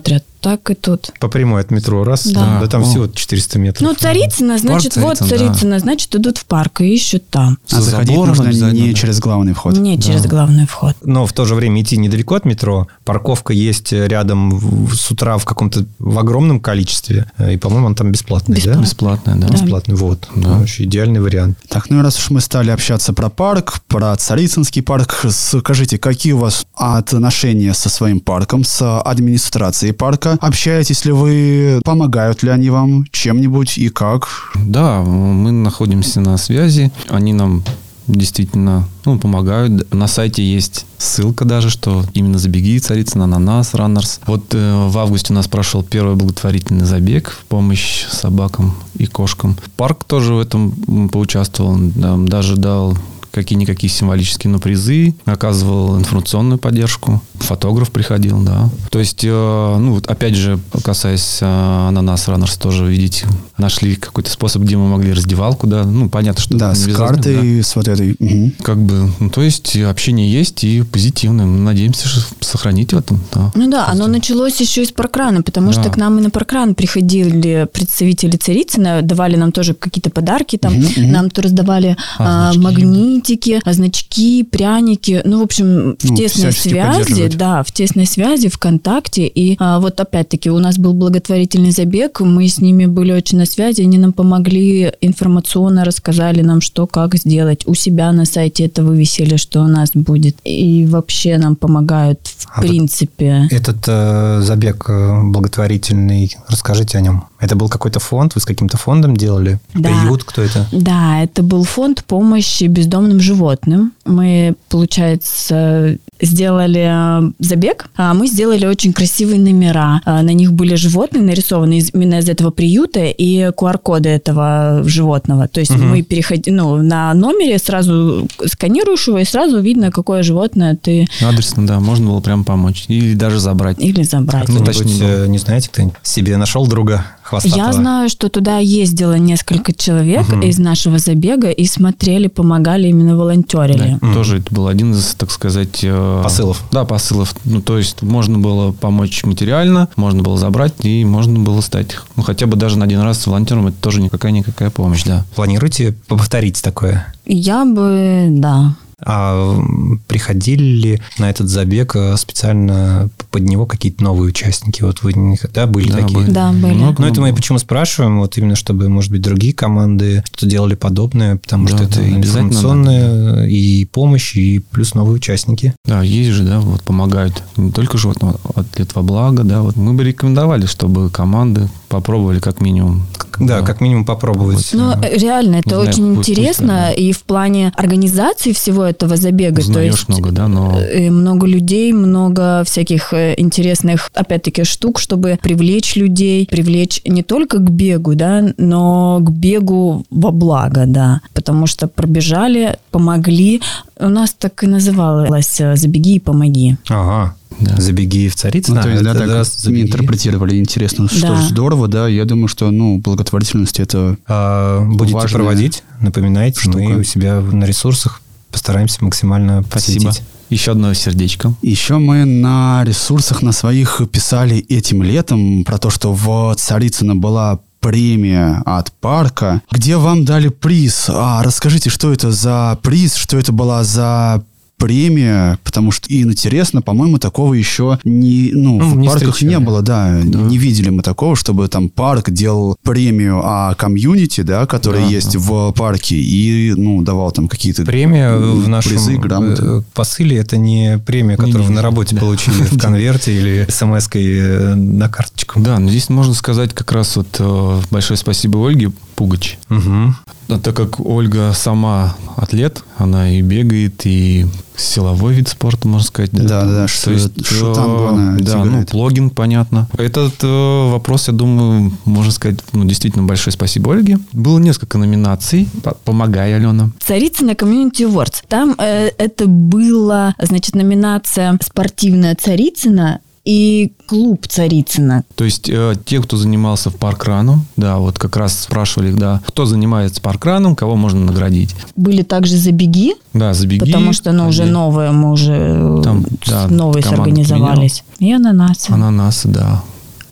так и тут. По прямой от метро, раз, Да. да, там О. всего четыреста метров. Ну, Царицыно, значит, Парк вот Царицын, да. Царицыно, значит, идут в парк и ищут там. А За заходить забором нужно обязательно, не да. через главный вход. Не через Да. главный вход. Но в то же время идти недалеко от метро. Парковка есть рядом в- с утра в каком-то в огромном количестве. И, по-моему, он там бесплатный, да? Бесплатная, да. Бесплатный, вот. Да. Вообще идеальный вариант. Так, ну и раз уж мы стали общаться про парк, про Царицынский парк, скажите, какие у вас отношения со своим парком, с администрацией парка? Общаетесь ли вы, помогают ли они вам чем-нибудь и как? Да, мы находимся на связи. Они нам действительно ну, помогают. На сайте есть ссылка даже, что именно забеги Царицын, Ананас, Runners. Вот э, в августе у нас прошел первый благотворительный забег в помощь собакам и кошкам. Парк тоже в этом м, поучаствовал. Нам даже дал какие-никакие символические ну, призы, оказывал информационную поддержку. Фотограф приходил, да. То есть, э, ну, вот опять же, касаясь э, Ананас, Runners, тоже, видите, нашли какой-то способ, где мы могли раздевалку, да. Ну, понятно, что... Да, не с без картой, размера, с вот этой. Мгм. да. Как бы, ну, то есть, общение есть и позитивное. Мы надеемся что сохранить в этом, да. Ну да, оно началось еще из паркрана, потому Да. что к нам и на паркран приходили представители Царицына, давали нам тоже какие-то подарки, там Мгм, мгм. нам то раздавали А, а, значки. магнитики, а, значки, пряники, ну, в общем, в Ну, тесной всячески связи, поддерживают. да, в тесной связи, ВКонтакте, и а, вот опять-таки у нас был благотворительный забег, мы с ними были очень на связи, они нам помогли информационно, рассказали нам, что, как сделать, у себя на сайте это вывесили, что у нас будет, и вообще нам помогают в А вот принципе. Этот э, забег э, благотворительный, расскажите о нем. Это был какой-то фонд? Вы с каким-то фондом делали? Да. Приют? Кто это? Да, это был фонд помощи бездомным животным. Мы, получается, сделали э, забег, а мы сделали очень красивые номера. А на них были животные нарисованы из- именно из этого приюта и ку ар-коды этого животного. То есть Мгм. мы переходим, ну, на номере сразу сканируешь его, и сразу видно, какое животное ты Адресно, да, можно было прям помочь. Или даже забрать. или забрать. Ну, Кто-нибудь, точнее, э, не знаете, кто-нибудь себе нашел друга хвостатого? Я знаю, что туда ездило несколько человек Мгм. из нашего забега и смотрели, помогали, именно волонтерили. Да, Мгм. тоже это был один из, так сказать... э, Посылов. Да, посылов. Ну, то есть, можно было помочь материально, можно было забрать, и можно было стать, ну, хотя бы даже на один раз волонтером. Это тоже никакая-никакая помощь, да. Планируете повторить такое? Я бы, да. А м, приходили ли на этот забег э, специально под него какие-то новые участники? Вот вы не- да, были Да, такие? были. Да, были. Много Ну, это мы было. почему спрашиваем, вот именно чтобы, может быть, другие команды что-то делали подобное, потому Да, что это да, обязательно информационная и помощь, и плюс новые участники. Да, есть же, да, вот помогают не только животным, а от во благо, да. Вот мы бы рекомендовали, чтобы команды попробовали как минимум. Да, как минимум попробовать. Ну, Э, реально, это Не знаю, очень пусть- интересно, пусть, да. и в плане организации всего этого забега. То Узнаешь есть много, да, но... э, много людей, много всяких э, интересных, опять-таки, штук, чтобы привлечь людей, привлечь не только к бегу, да, но к бегу во благо, да, потому что пробежали, помогли. У нас так и называлось э, «Забеги и помоги». Ага. Да. Забеги в Царицыно. Ну, то есть, да, это так раз забеги. интерпретировали. Интересно, что Да. ж, здорово, да. Я думаю, что, ну, благотворительность это... А, будете Важная проводить, напоминайте, штука. мы у себя на ресурсах постараемся максимально Спасибо. посвятить. Еще одно сердечко. Еще мы на ресурсах на своих писали этим летом про то, что в Царицыно была премия от парка, где вам дали приз. А расскажите, что это за приз, что это была за премия, потому что и интересно, по-моему, такого еще не, ну, Ну, в не парках встречали. не было, да, не видели мы такого, чтобы там парк делал премию о комьюнити, да, который Да, есть да. в парке, и, ну, давал там какие-то Премия в нашем призы, грамоты. э, посыле – это не премия, которую вы Не-не-не. на работе Да. получили в конверте или смс-кой э, на карточку. Да, но здесь можно сказать как раз вот э, большое спасибо Ольге Пугач. Мгм. А так как Ольга сама атлет, она и бегает, и силовой вид спорта, можно сказать. Да, да, То что- есть, штангу э, она Да, ну, тягает. плогинг, понятно. Этот э, вопрос, я думаю, можно сказать, ну, действительно большое спасибо Ольге. Было несколько номинаций. П- Помогай, Алена. Царицыно Community Awards. Там э, это была, значит, номинация «Спортивная Царицыно» и клуб Царицыно. То есть э, те, кто занимался в паркраном, да, вот как раз спрашивали, да, кто занимается паркраном, кого можно наградить. Были также забеги, Да, забеги. потому что, ну, уже они- новые, мы уже Там, с- да, новые команда сорганизовались. И ананасы. Ананасы, да.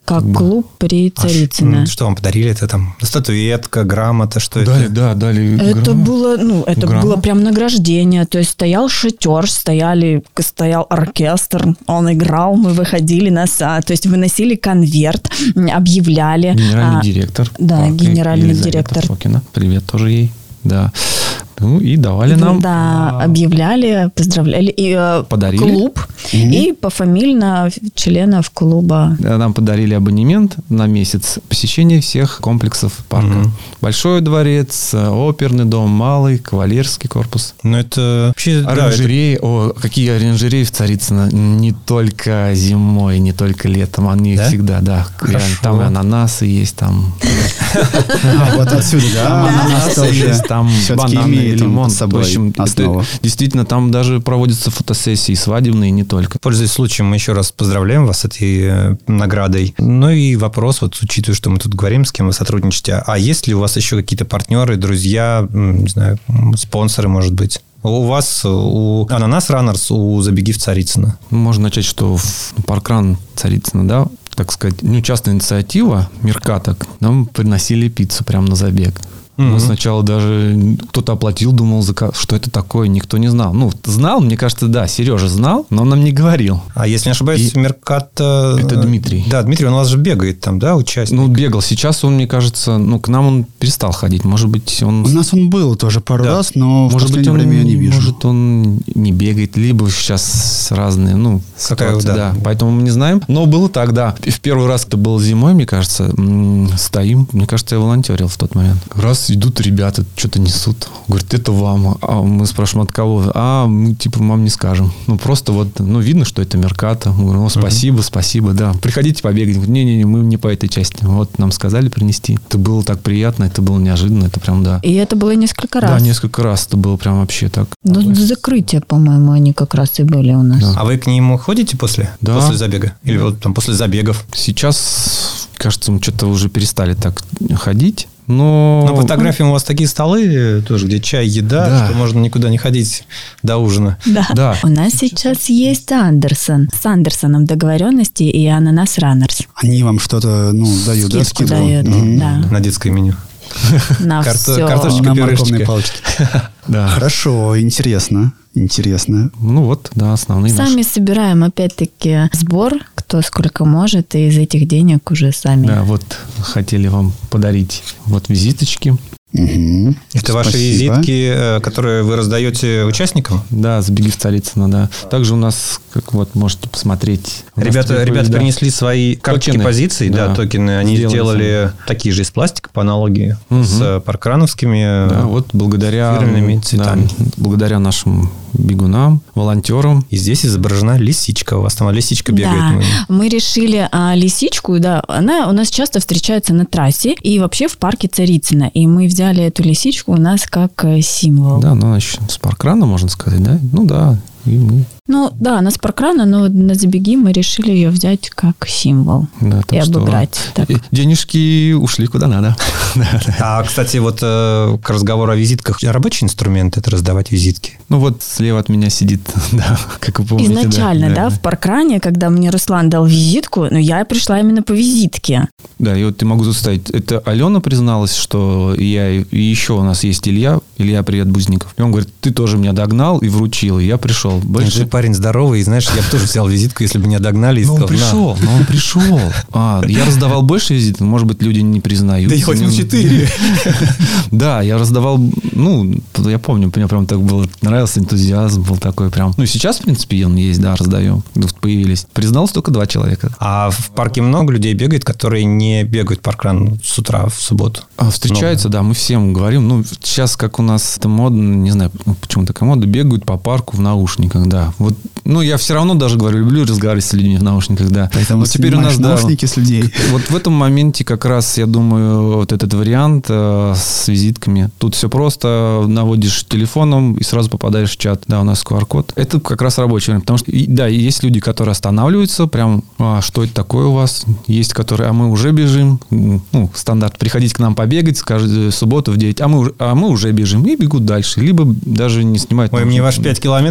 как Как бы. клуб при Царицыно. А что вам подарили? Это там статуэтка, грамота, что Дали, это? да, дали. Это грамм. было, ну, это Грамм. было прям награждение. То есть стоял шатер, стояли, стоял оркестр, он играл, мы выходили на сад. То есть выносили конверт, объявляли. Генеральный а, директор. да, парка генеральный Елизавета директор. Фокина. Привет тоже ей. Да. Ну и давали нам. Да, а, объявляли, поздравляли. И э, Подарили. клуб, и пофамильно членов клуба. Нам подарили абонемент на месяц посещения всех комплексов парка. Мгм. Большой дворец, оперный дом, малый, кавалерский корпус. Ну, это вообще... да, это- Оранжереи, о, какие оранжереи в Царицыно. Не только зимой, не только летом. Они Да? всегда, да. Хорошо. Реально, там и ананасы есть, там А, вот отсюда, да? Ананас ананасы тоже есть, там всё-таки бананы, имеет он лимон. под собой В общем, это основу. действительно, там даже проводятся фотосессии свадебные, не только. Пользуясь случаем, мы еще раз поздравляем вас с этой э, наградой. Ну и вопрос, вот учитывая, что мы тут говорим, с кем вы сотрудничаете, а есть ли у вас еще какие-то партнеры, друзья, м, не знаю, м, спонсоры, может быть? У вас, у Ананас Раннерс, у Забеги в Царицыно. Можно начать, что в Паркран Царицыно, да, так сказать, ну, частная инициатива, Меркаток, нам приносили пиццу прямо на забег. Мы Мгм. сначала даже кто-то оплатил, думал, зака- что это такое, никто не знал. Ну, знал, мне кажется, да, Сережа знал, но он нам не говорил. А если не ошибаюсь, И- Мерката... Это Дмитрий. Да, Дмитрий, он у вас же бегает там, да, участник? Ну, бегал. Сейчас он, мне кажется, ну, к нам он перестал ходить. Может быть, он... У нас он был тоже пару Да. раз, но в Может быть, последнее он, время я не вижу. может, он не бегает, либо сейчас разные, ну, Какая, ситуации, да. да. Поэтому мы не знаем. Но было так, да. И в первый раз, это было зимой, мне кажется, м, стоим. Мне кажется, я волонтерил в тот момент. Раз идут ребята, что-то несут. Говорят, это вам. А мы спрашиваем, от кого? А, мы, типа, вам не скажем. Ну, просто вот, ну, видно, что это Мерката. Мы говорим, о, спасибо, спасибо, да. Приходите побегать. Говорят, не-не-не, мы не по этой части. Вот, нам сказали принести. Это было так приятно, это было неожиданно, это прям, да. И это было несколько раз. Да, несколько раз это было прям вообще так. До закрытия, по-моему, они как раз и были у нас. Да. А вы к нему ходите после? Да. После забега? Или вот там после забегов? Сейчас, кажется, мы что-то уже перестали так ходить. Но... Ну, по фотографиям у вас такие столы тоже, где чай, еда, Да. что можно никуда не ходить до ужина. Да. Да. У нас сейчас есть Андерсон. С Андерсоном договоренности и Ананас Раннерс. Они вам что-то, ну, дают, да, Скидку скидку? дают, Мгм. да. На детское меню. На Карто- все. картошечка. На пюрешечка. морковной палочке. Да. Хорошо, интересно, интересно. Ну вот, да, основные Сами наши. собираем, опять-таки, сбор, кто сколько может, и из этих денег уже сами. Да, вот хотели вам подарить вот визиточки. Мгм. Это ваши Спасибо. визитки, э, которые вы раздаете участникам? Да, забеги в Царицыно, да. Также у нас, как вот можете посмотреть. у нас Ребята, такие, ребята да, принесли свои карточки Токены. позиций, да, Да. токены. Они Сделали сделали такие же из пластика по аналогии Мгм. с э, паркрановскими. Да, вот благодаря, фирменными цветами. да, благодаря нашим бегунам, волонтерам. И здесь изображена лисичка. У вас там лисичка бегает. Да, Ну, мы решили а, лисичку, да, она у нас часто встречается на трассе и вообще в парке Царицыно. И мы взяли эту лисичку у нас как э, символ. Да, ну, значит, с паркрана, можно сказать, да? Ну, да, и мы. Ну, да, она с паркрана, но на забеги мы решили ее взять как символ Да, так и что обыграть. Так. и денежки ушли куда надо. Да, да. А, кстати, вот э, к разговору о визитках. Рабочий инструмент – это раздавать визитки. Ну, вот слева от меня сидит, да, как вы помните. Изначально, да, в паркране, когда мне Руслан дал визитку, ну, я пришла именно по визитке. Да, и вот я могу заставить. Это Алена призналась, что я... И еще у нас есть Илья, Илья, привет, Бузников. И он говорит, ты тоже меня догнал и вручил, и я пришел. Ты Больше... же парень здоровый, и знаешь, я бы тоже взял визитку, если бы меня догнали и Но он сказал, «На». пришел, но он пришел. А, я раздавал больше визиток, может быть, люди не признают. Да и хоть Ну, в четыре. Да, я раздавал, ну, я помню, мне прям так было, нравился энтузиазм, был такой прям. Ну, и сейчас, в принципе, он есть, да, раздаем. Вот появились. Признался только два человека. А в парке много людей бегает, которые не бегают паркран с утра в субботу? А встречаются, да, мы всем говорим. Ну, сейчас, как у нас это модно, не знаю, почему такая мода, бегают по парку в наушниках, да. Вот, ну, я все равно даже говорю, люблю разговаривать с людьми в наушниках, да. Поэтому Но теперь у нас, снимаешь да, наушники с людей. вот в этом моменте как раз, я думаю, вот этот вариант э, с визитками. Тут все просто, наводишь телефоном и сразу попадаешь в чат. Да, у нас ку ар код. Это как раз рабочий вариант. Потому что, и, да, есть люди, которые останавливаются, прям, а, что это такое у вас? Есть, которые, а мы уже бежим. Ну, стандарт, приходите к нам побегать каждую субботу в девять, а мы, уже- а мы уже бежим. И бегут дальше. Либо даже не снимают. Ой, мне ваши пять километров, Да, я сегодня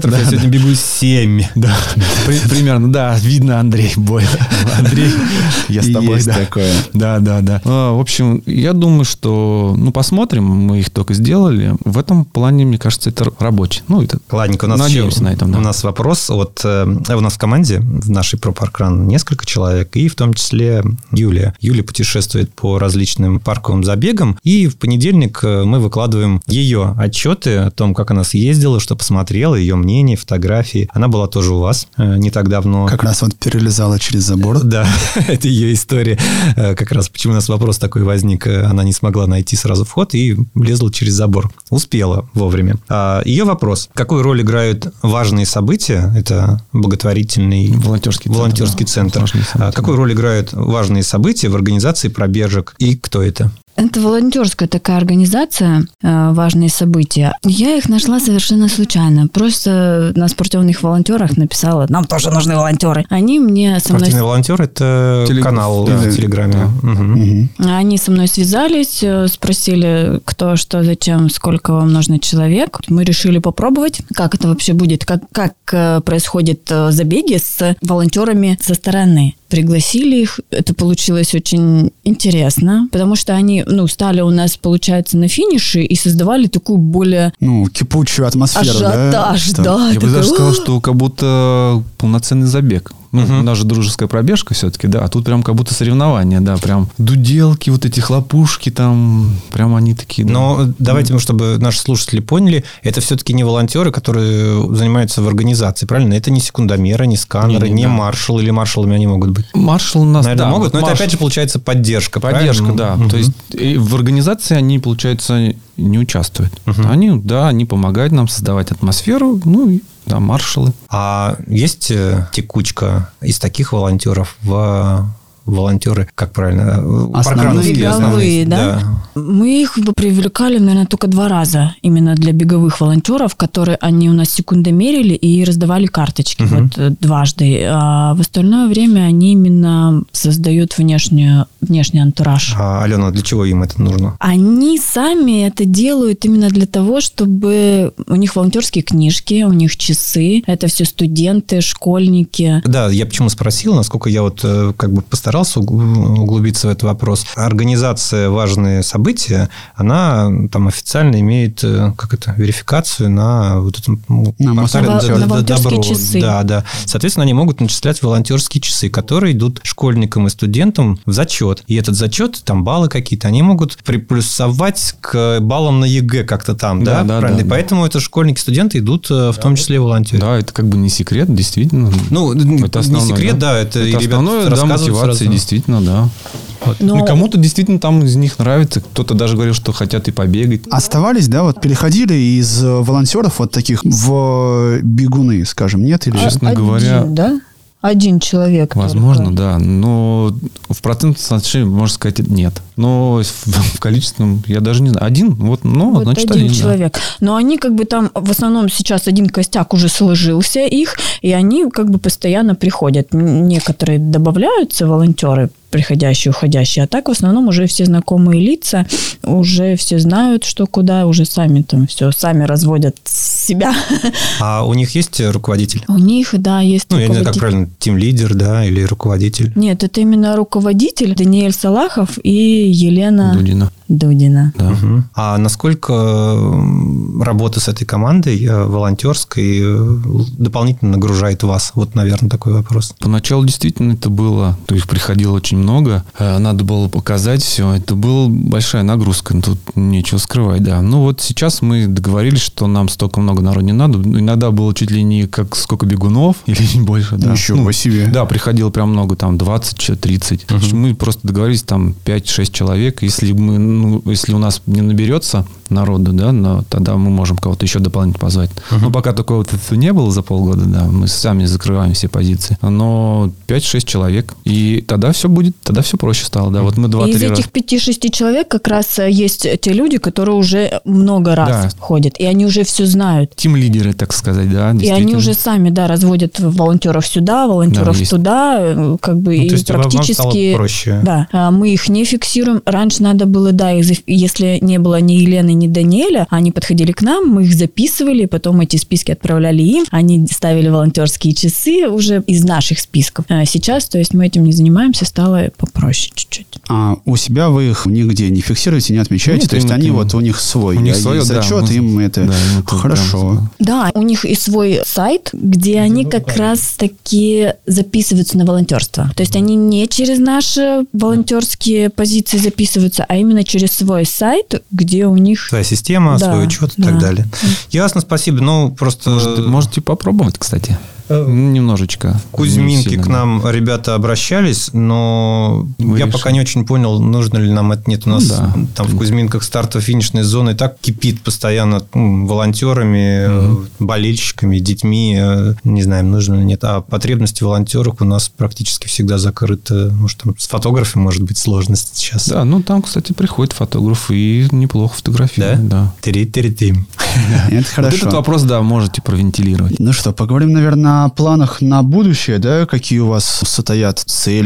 сегодня бегу семь. Да, примерно, да, видно, Андрей, бой. Андрей, я с тобой, Есть да. такое. Да, да, да. В общем, я думаю, что, ну, посмотрим, мы их только сделали. В этом плане, мне кажется, это рабочий. Ну, это... Ладненько, у нас Надеемся еще, на этом, да. У нас вопрос. Вот э, у нас в команде, в нашей ProParkrun, несколько человек, и в том числе Юлия. Юлия путешествует по различным парковым забегам, и в понедельник мы выкладываем ее отчеты о том, как она съездила, что посмотрела, ее мнение, фотографии. Она была тоже у вас э, не так давно. Как раз вот перелезала через забор. Да, это ее история. Э, Как раз почему у нас вопрос такой возник. Э, Она не смогла найти сразу вход и лезла через забор. Успела вовремя. А ее вопрос. Какую роль играют важные события? Это благотворительный Волонтерский центр. волонтерский да. центр. Важные события. А какую роль играют важные события в организации пробежек? И кто это? Это волонтерская такая организация, э, важные события. Я их нашла совершенно случайно. Просто на спортивных волонтерах написала, нам тоже нужны волонтеры. Они мне со мной... Спортивный волонтер – это Телег- канал да. в Телеграме. Мгм. Мгм. Они со мной связались, э, спросили, кто, что, зачем, сколько вам нужно человек. Мы решили попробовать, как это вообще будет, как, как э, происходят э, забеги с волонтерами со стороны. Пригласили их, это получилось очень интересно, потому что они, ну, стали у нас, получается, на финише и создавали такую более Ну, кипучую атмосферу, да? ажиотаж, Что- да. Я бы такой, даже сказал, «Ух!» что как будто полноценный забег. Ну, Мгм. у нас же дружеская пробежка все-таки, да, а тут прям как будто соревнования, да, прям дуделки, вот эти хлопушки там, прям они такие. Да. Но давайте, чтобы наши слушатели поняли, это все-таки не волонтеры, которые занимаются в организации, правильно? Это не секундомеры, не сканеры, Не, не, не, да. маршал, или маршалами они могут быть. Маршал у нас, Наверное, да, могут, вот но это маршал- опять же получается поддержка, поддержка, правильно? да. Мгм. То есть и в организации они, получается, не участвуют. Мгм. Они, да, они помогают нам создавать атмосферу, ну и да, маршалы. А есть э, текучка из таких волонтеров в волонтеры, как правильно? Основные, Паркрановские беговые, основные, да? Мы их бы привлекали, наверное, только два раза именно для беговых волонтеров, которые они у нас секундомерили и раздавали карточки Мгм. вот э, дважды. А в остальное время они именно создают внешнюю, внешний антураж. А, Алена, для чего им это нужно? Они сами это делают именно для того, чтобы у них волонтерские книжки, у них часы, это все студенты, школьники. Да, я почему спросил, насколько я вот э, как бы постарался уг- углубиться в этот вопрос. Организация «Важные события», она там официально имеет, э, как это, верификацию на вот этом ну, На портале массовом «Да- на да- волонтерские Добро». часы. Да, да. Соответственно, они могут начислять волонтерские часы, которые идут школьникам и студентам в зачет. И этот зачет, там баллы какие-то, они могут приплюсовать к баллам на ЕГЭ как-то там, да? Да, да, Правильно? да, И да. поэтому это школьники, студенты идут э, в том числе и волонтеры. Да, это как бы не секрет, действительно. Ну, Это не основное, секрет, да, это, и Это ребята основное, да, рассказывают мотивация, сразу. действительно, да. Но- Ну, и кому-то действительно там из них нравится, кто-то даже говорил, что хотят и побегать. Оставались, да, вот переходили из э, волонтеров вот таких в бегуны, скажем, нет? Или... Честно Один, говоря, да? Один человек. возможно, только. да. Но в процентном соотношении, можно сказать, нет. Но в, в количественном, я даже не знаю. Один, вот, ну, Вот значит, один один, да. человек. Но они как бы там, в основном сейчас один костяк уже сложился их, и они как бы постоянно приходят. М, Некоторые добавляются, волонтеры, приходящие, уходящие, а так в основном уже все знакомые лица, уже все знают, что куда, уже сами там все, сами разводят себя. А у них есть руководитель? У них, да, есть Ну, я не знаю, как руководитель. правильно, тим-лидер, да, или руководитель. Нет, это именно руководитель Даниэль Салахов и Елена Дудина. Дудина. Да. Мгм. А насколько м, работа с этой командой э, волонтерской э, дополнительно нагружает вас? Вот, наверное, такой вопрос. Поначалу действительно это было, то есть приходило очень много, э, надо было показать все, это была большая нагрузка, тут нечего скрывать, да. Ну вот сейчас мы договорились, что нам столько много народу не надо, иногда было чуть ли не как сколько бегунов или не больше, да. Ничего Ну, себе. Да, приходило прям много, там двадцать, тридцать. Мгм. Мы просто договорились, там пять-шесть человек, если мы, ну, если у нас не наберется народу, да, но тогда мы можем кого-то еще дополнительно позвать. Но пока такого вот этого не было за полгода, да, мы сами закрываем все позиции. Но пять-шесть человек, и тогда все будет, тогда все проще стало, да. Вот мы И из два-три раза... этих пяти-шести человек как раз э, есть те люди, которые уже много раз Да. ходят, и они уже все знают. Тим-лидеры, так сказать, да, И они действительно. уже сами, да, разводят волонтеров сюда, волонтеров Да, есть. туда, э, как бы Ну, и то есть вам- вам стало практически... проще. Да, а мы их не фиксируем. Раньше надо было, да, их заф- если не было ни Елены, ни не Даниэля, они подходили к нам, мы их записывали, потом эти списки отправляли им, они ставили волонтерские часы уже из наших списков. А сейчас, то есть мы этим не занимаемся, стало попроще чуть-чуть. А у себя вы их нигде не фиксируете, не отмечаете? Нет, то есть им они это- вот у них свой, у них а свое, есть да, зачет, мы- им это да, им это хорошо. прям- Да, у них и свой сайт, где они как раз-таки записываются на волонтерство. То есть они не через наши волонтерские позиции записываются, а именно через свой сайт, где у них... Своя система, Да, свой учет и да. так далее. Ясно, спасибо. Ну, просто... Может, можете попробовать, кстати. Немножечко. В Кузьминке Не к сильно. нам ребята обращались, но Вы я решили. пока не очень понял, нужно ли нам это. Нет, у нас Ну да. там в Кузьминках стартово-финишная зона и так кипит постоянно м, волонтерами, Мгм. э, болельщиками, детьми. э, Не знаем, нужно ли нет. А потребности в волонтерах у нас практически всегда закрыты. Может, там с фотографией может быть сложность сейчас. Да, ну там, кстати, приходит фотограф и неплохо фотографирует. Да. Тири-тири-тим. Это Вот хорошо. этот вопрос, да, можете провентилировать. Ну что, поговорим, наверное, о планах на будущее, да? Какие у вас стоят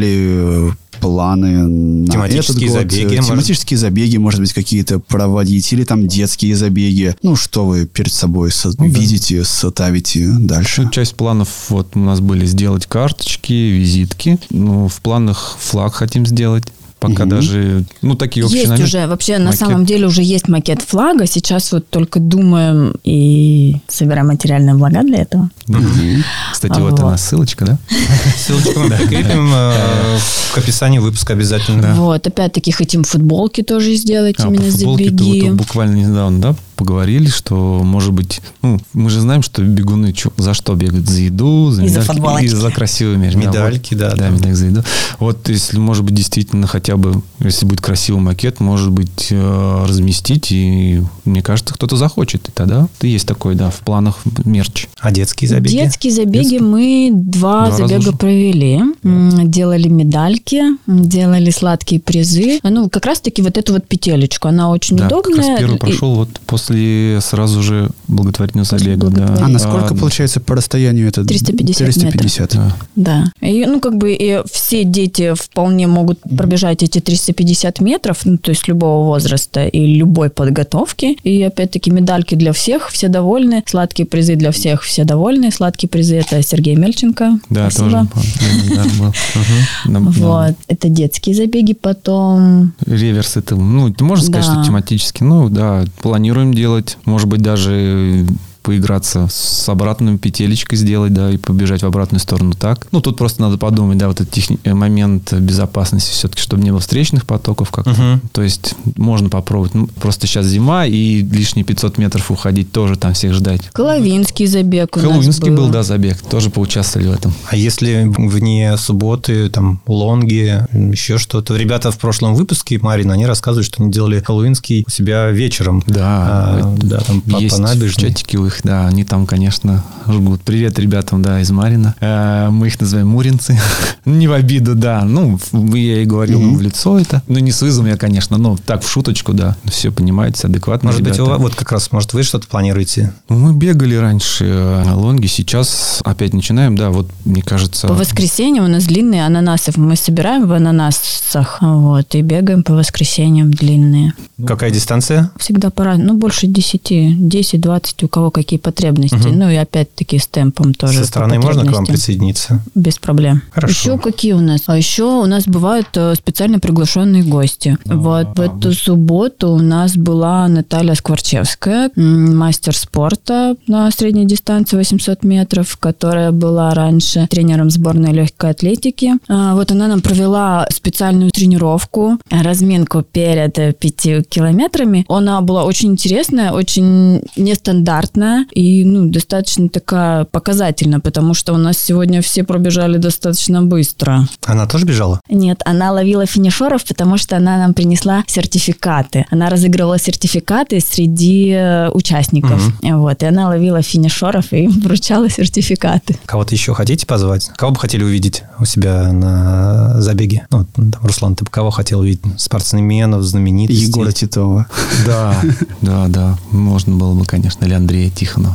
цели, планы на Тематические этот год? забеги, может- Тематические забеги, может быть, какие-то проводить, или там детские забеги. Ну, что вы перед собой со- Ну да. видите, ставите дальше? Ну, часть планов вот у нас были сделать карточки, визитки. Ну, в планах флаг хотим сделать. Пока Мгм. даже, ну, такие общие Есть намеки. уже, вообще, на макет. самом деле уже есть макет флага. Сейчас вот только думаем и собираем материальные блага для этого. Мгм. Кстати, вот Вот. она ссылочка, да? Ссылочку мы прикрепим э, к описанию выпуска обязательно. Вот, опять-таки хотим футболки тоже сделать А, именно по футболке-то забеги. вот буквально недавно, да, поговорили, что, может быть, ну, мы же знаем, что бегуны чё- за что бегают? За еду, за И за медальки, футболочки. и за красивые мяч. Медальки, да, Да, там. медальки за еду. Вот, если, может быть, действительно хотя бы, если будет красивый макет, может быть, э, разместить, и, мне кажется, кто-то захочет. И тогда есть такой, да, в планах мерч. А детские забеги? Детские забеги Детские. мы два, Два раза забега уже. провели. М, Делали медальки, м, делали сладкие призы. Ну, как раз-таки вот эту вот петелечку. Она очень Да, как удобная. раз первый И- прошел вот после сразу же благотворительного После забега. Да. благотворительного. А насколько, А, получается, по расстоянию это? триста пятьдесят триста пятьдесят. да. Да. И, ну, как бы и все дети вполне могут пробежать эти триста пятьдесят метров, ну, то есть любого возраста и любой подготовки. И опять-таки медальки для всех, все довольны. Сладкие призы для всех, все довольны. Сладкие призы – это Сергей Мельченко. Да, Спасибо. тоже. помню, да, был. Нам- нам- Вот. Это детские забеги. Потом Реверс это, ну, можно сказать, Да. что тематически. Ну, да, планируем делать. Может быть, даже поиграться с обратной петелечкой сделать, да, и побежать в обратную сторону так. Ну, тут просто надо подумать, да, вот этот техни- момент безопасности все-таки, чтобы не было встречных потоков как-то. Мгм. То есть можно попробовать. Ну, просто сейчас зима, и лишние пятьсот метров уходить тоже там всех ждать. Хэллоуинский забег у нас Хэллоуинский был, да, забег. Тоже поучаствовали в этом. А если вне субботы, там, лонги, еще что-то? Ребята в прошлом выпуске, Марина, они рассказывали, что они делали хэллоуинский у себя вечером. Да, А, это да, там по, есть по набережной. чатики у их, да, они там, конечно, жгут. Привет ребятам, да, из Марина. Э, мы их называем муринцы. Не в обиду, да. Ну, в- я и говорил Мгм. в лицо это. Ну, не с вызовом я, конечно, но так в шуточку, да. Все понимаете, адекватно. Может быть, ребята. у вас- вот как раз, может, вы что-то планируете? Ну, мы бегали раньше э, лонги, сейчас опять начинаем, да, вот, мне кажется... По воскресеньям у нас длинные ананасы. Мы собираем в ананасах, вот, и бегаем по воскресеньям длинные. Какая дистанция? Всегда пора, ну, больше десяти, десять-двадцать, у кого какие потребности. Мгм. Ну, и опять-таки с темпом тоже. Со по стороны можно к вам потребностям. присоединиться? Без проблем. Хорошо. Еще какие у нас? А еще у нас бывают э, специально приглашенные гости. Вот в эту субботу у нас была Наталья Скворчевская, м, мастер спорта на средней дистанции восемьсот метров, которая была раньше тренером сборной легкой атлетики. А, Вот она нам провела специальную тренировку, разминку перед э, пятью километрами. Она была очень интересная, очень нестандартная и, ну, достаточно такая показательная, потому что у нас сегодня все пробежали достаточно быстро. Она тоже бежала? Нет, она ловила финишеров, потому что она нам принесла сертификаты. Она разыгрывала сертификаты среди э, участников. Вот, и она ловила финишеров и вручала сертификаты. Кого-то еще хотите позвать? Кого бы хотели увидеть у себя на забеге? Ну, там, Руслан, ты бы кого хотел увидеть? Спортсменов, знаменитостей? Егора Титова. Да, да, да, можно было бы, конечно, или Андрея Тихонова.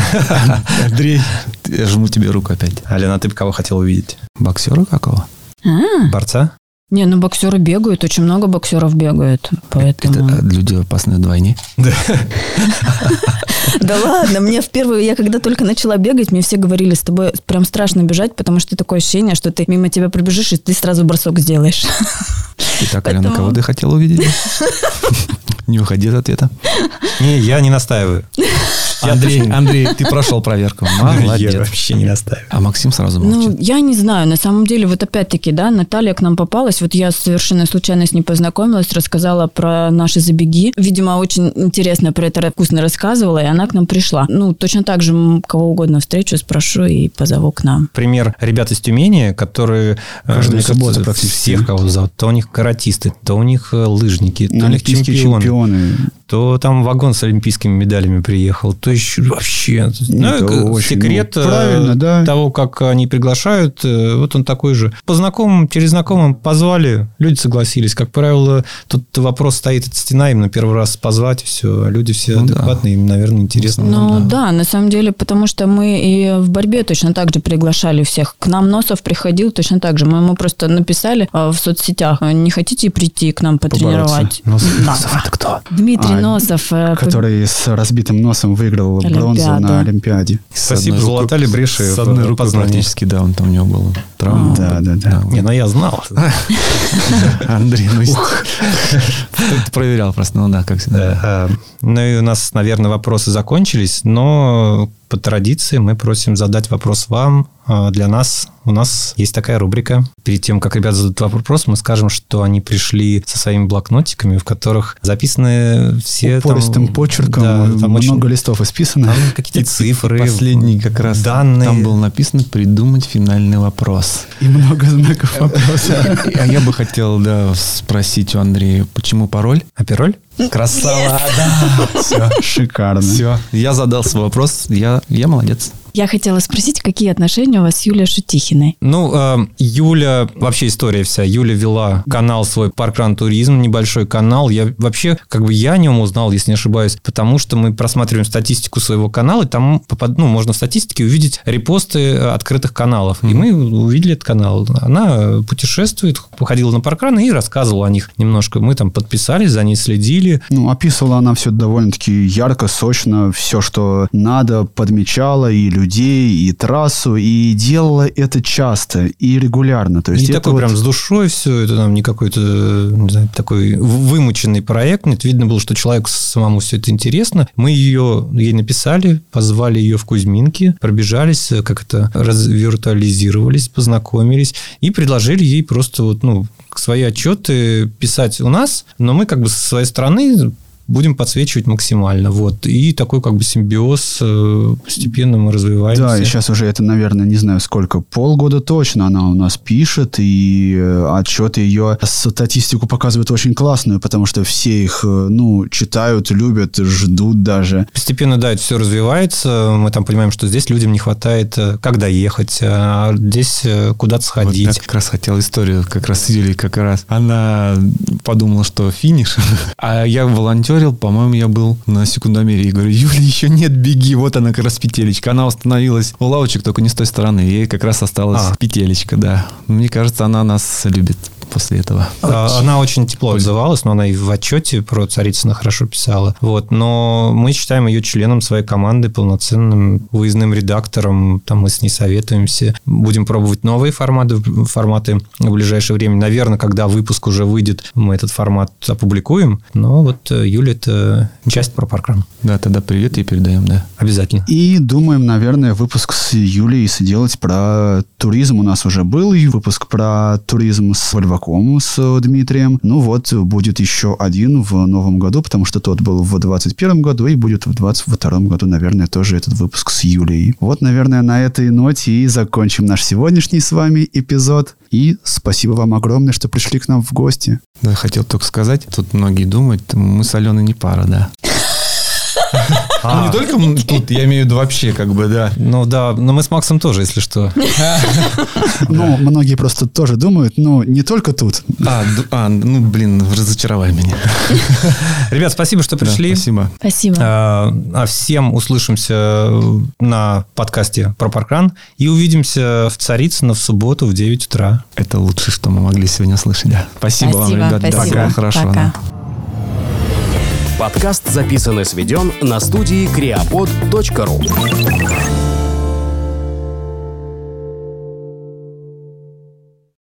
Андрей, я жму тебе руку опять. Алена, ты бы кого хотел увидеть? Боксера какого? А, Борца? Не, ну боксеры бегают, очень много боксеров бегают, поэтому... Это люди опасные вдвойне. Да ладно, мне в первую, я когда только начала бегать, мне все говорили, с тобой прям страшно бежать, потому что такое ощущение, что ты мимо тебя пробежишь, и ты сразу бросок сделаешь. Итак, Алена, кого ты хотела увидеть? Не уходи от ответа. Не, я не настаиваю. Андрей, Андрей, ты прошел проверку. Молодец. Я вообще не настаиваю. А Максим сразу молчит. Ну, я не знаю, на самом деле, вот опять-таки, да, Наталья к нам попалась, вот я совершенно случайно с ней познакомилась, рассказала про наши забеги. Видимо, очень интересно про это вкусно рассказывала, и она к нам пришла. Ну, точно так же кого угодно встречу, спрошу и позову к нам. Пример ребят из Тюмени, которые... Каждую субботу практически. Всех кого зовут. То у них каратисты, то у них лыжники, то у них чемпионы. чемпионы. То там вагон с олимпийскими медалями приехал, то еще вообще... Ну, секрет ну, да. того, как они приглашают, вот он такой же. По знакомым, через знакомым позвали, люди согласились. Как правило, тут вопрос стоит от стена, именно первый раз позвать, все, люди все ну, адекватные, да. им, наверное, интересно. Ну да. да, на самом деле, потому что мы и в борьбе точно так же приглашали всех. К нам Носов приходил точно так же. Мы ему просто написали в соцсетях, не хотите прийти к нам потренировать? Носов, да. Носов это кто? Дмитрий Носов. Который с разбитым носом выиграл Олимпиаду. бронзу на Олимпиаде. Спасибо, золотали бреши. С одной рукой практически, да, он там у него был травма. Да, да, да. Не, ну я знал. Андрей, ну ты проверял просто, ну да, как всегда. Ну и у нас, наверное, вопросы закончились, но по традиции мы просим задать вопрос вам. Для нас у нас есть такая рубрика. Перед тем, как ребята зададут вопрос, мы скажем, что они пришли со своими блокнотиками, в которых записаны все... Упористым там, почерком, да, там много очень, листов исписано. Там какие-то цифры. Последний как раз. Данные. Там было написано «Придумать финальный вопрос». И много знаков вопроса. А я бы хотел, да, спросить у Андрея, почему пароль? А пароль? Красава, да. Все, шикарно. Все, я задал свой вопрос, я, я молодец. Я хотела спросить, какие отношения у вас с Юлией Шутихиной? Ну, э, Юля, вообще история вся. Юля вела канал свой «Паркран Туризм», небольшой канал. Я вообще, как бы я о нем узнал, если не ошибаюсь, потому что мы просматриваем статистику своего канала, и там попад... ну, можно в статистике увидеть репосты открытых каналов. Mm-hmm. И мы увидели этот канал. Она путешествует, походила на паркран и рассказывала о них немножко. Мы там подписались, за ней следили. Ну, описывала она все довольно-таки ярко, сочно, все, что надо, подмечала и людей, и трассу, и делала это часто и регулярно. То есть не это такой вот... прям с душой все, это там не какой-то, не знаю, такой вымученный проект. Нет, видно было, что человеку самому все это интересно. Мы ее, ей написали, позвали ее в Кузьминки, пробежались, как это, развиртуализировались, познакомились и предложили ей просто вот, ну, свои отчеты писать у нас, но мы как бы со своей стороны будем подсвечивать максимально. Вот. И такой как бы симбиоз постепенно мы развиваемся. Да, и сейчас уже это, наверное, не знаю сколько, полгода точно она у нас пишет, и отчеты ее статистику показывают очень классную, потому что все их, ну, читают, любят, ждут даже. Постепенно, да, это все развивается. Мы там понимаем, что здесь людям не хватает, как доехать, а здесь куда-то сходить. Вот я как раз хотел историю, как раз с Юлей, как раз. Она подумала, что финиш, а я волонтер, по-моему, я был на секундомере и говорю, Юля, еще нет, беги, вот она как раз петелечка. Она остановилась у лавочек, только не с той стороны, ей как раз осталась а. петелечка, да. Мне кажется, она нас любит после этого. А, она очень тепло отзывалась, но она и в отчете про Царицына хорошо писала. Вот. Но мы считаем ее членом своей команды, полноценным выездным редактором. Там мы с ней советуемся. Будем пробовать новые форматы, форматы в ближайшее время. Наверное, когда выпуск уже выйдет, мы этот формат опубликуем. Но вот Юля – это часть про паркран. Да, тогда привет и передаем, да. Обязательно. И думаем, наверное, выпуск с Юлей сделать про туризм. У нас уже был и выпуск про туризм с Льваком, с Дмитрием. Ну вот, будет еще один в новом году, потому что тот был в двадцать первом году и будет в двадцать втором году, наверное, тоже этот выпуск с Юлей. Вот, наверное, на этой ноте и закончим наш сегодняшний с вами эпизод. И спасибо вам огромное, что пришли к нам в гости. Да, хотел только сказать, тут многие думают, мы с Аленой не пара, да. Ну, не только м- тут, я имею в виду вообще, как бы, да. Ну да, но мы с Максом тоже, если что. Ну, многие просто тоже думают, ну, не только тут. А, д- а, ну, блин, разочаровай меня. Ребят, спасибо, что Да, пришли. спасибо. Спасибо. А а всем услышимся на подкасте про паркран и увидимся в Царицыно в субботу в девять утра. Это лучшее, что мы могли сегодня слышать. Да. Спасибо, вам, Спасибо, ребят. спасибо. Пока. Хорошо. Пока. да. Подкаст записан и сведен на студии креопод точка ру.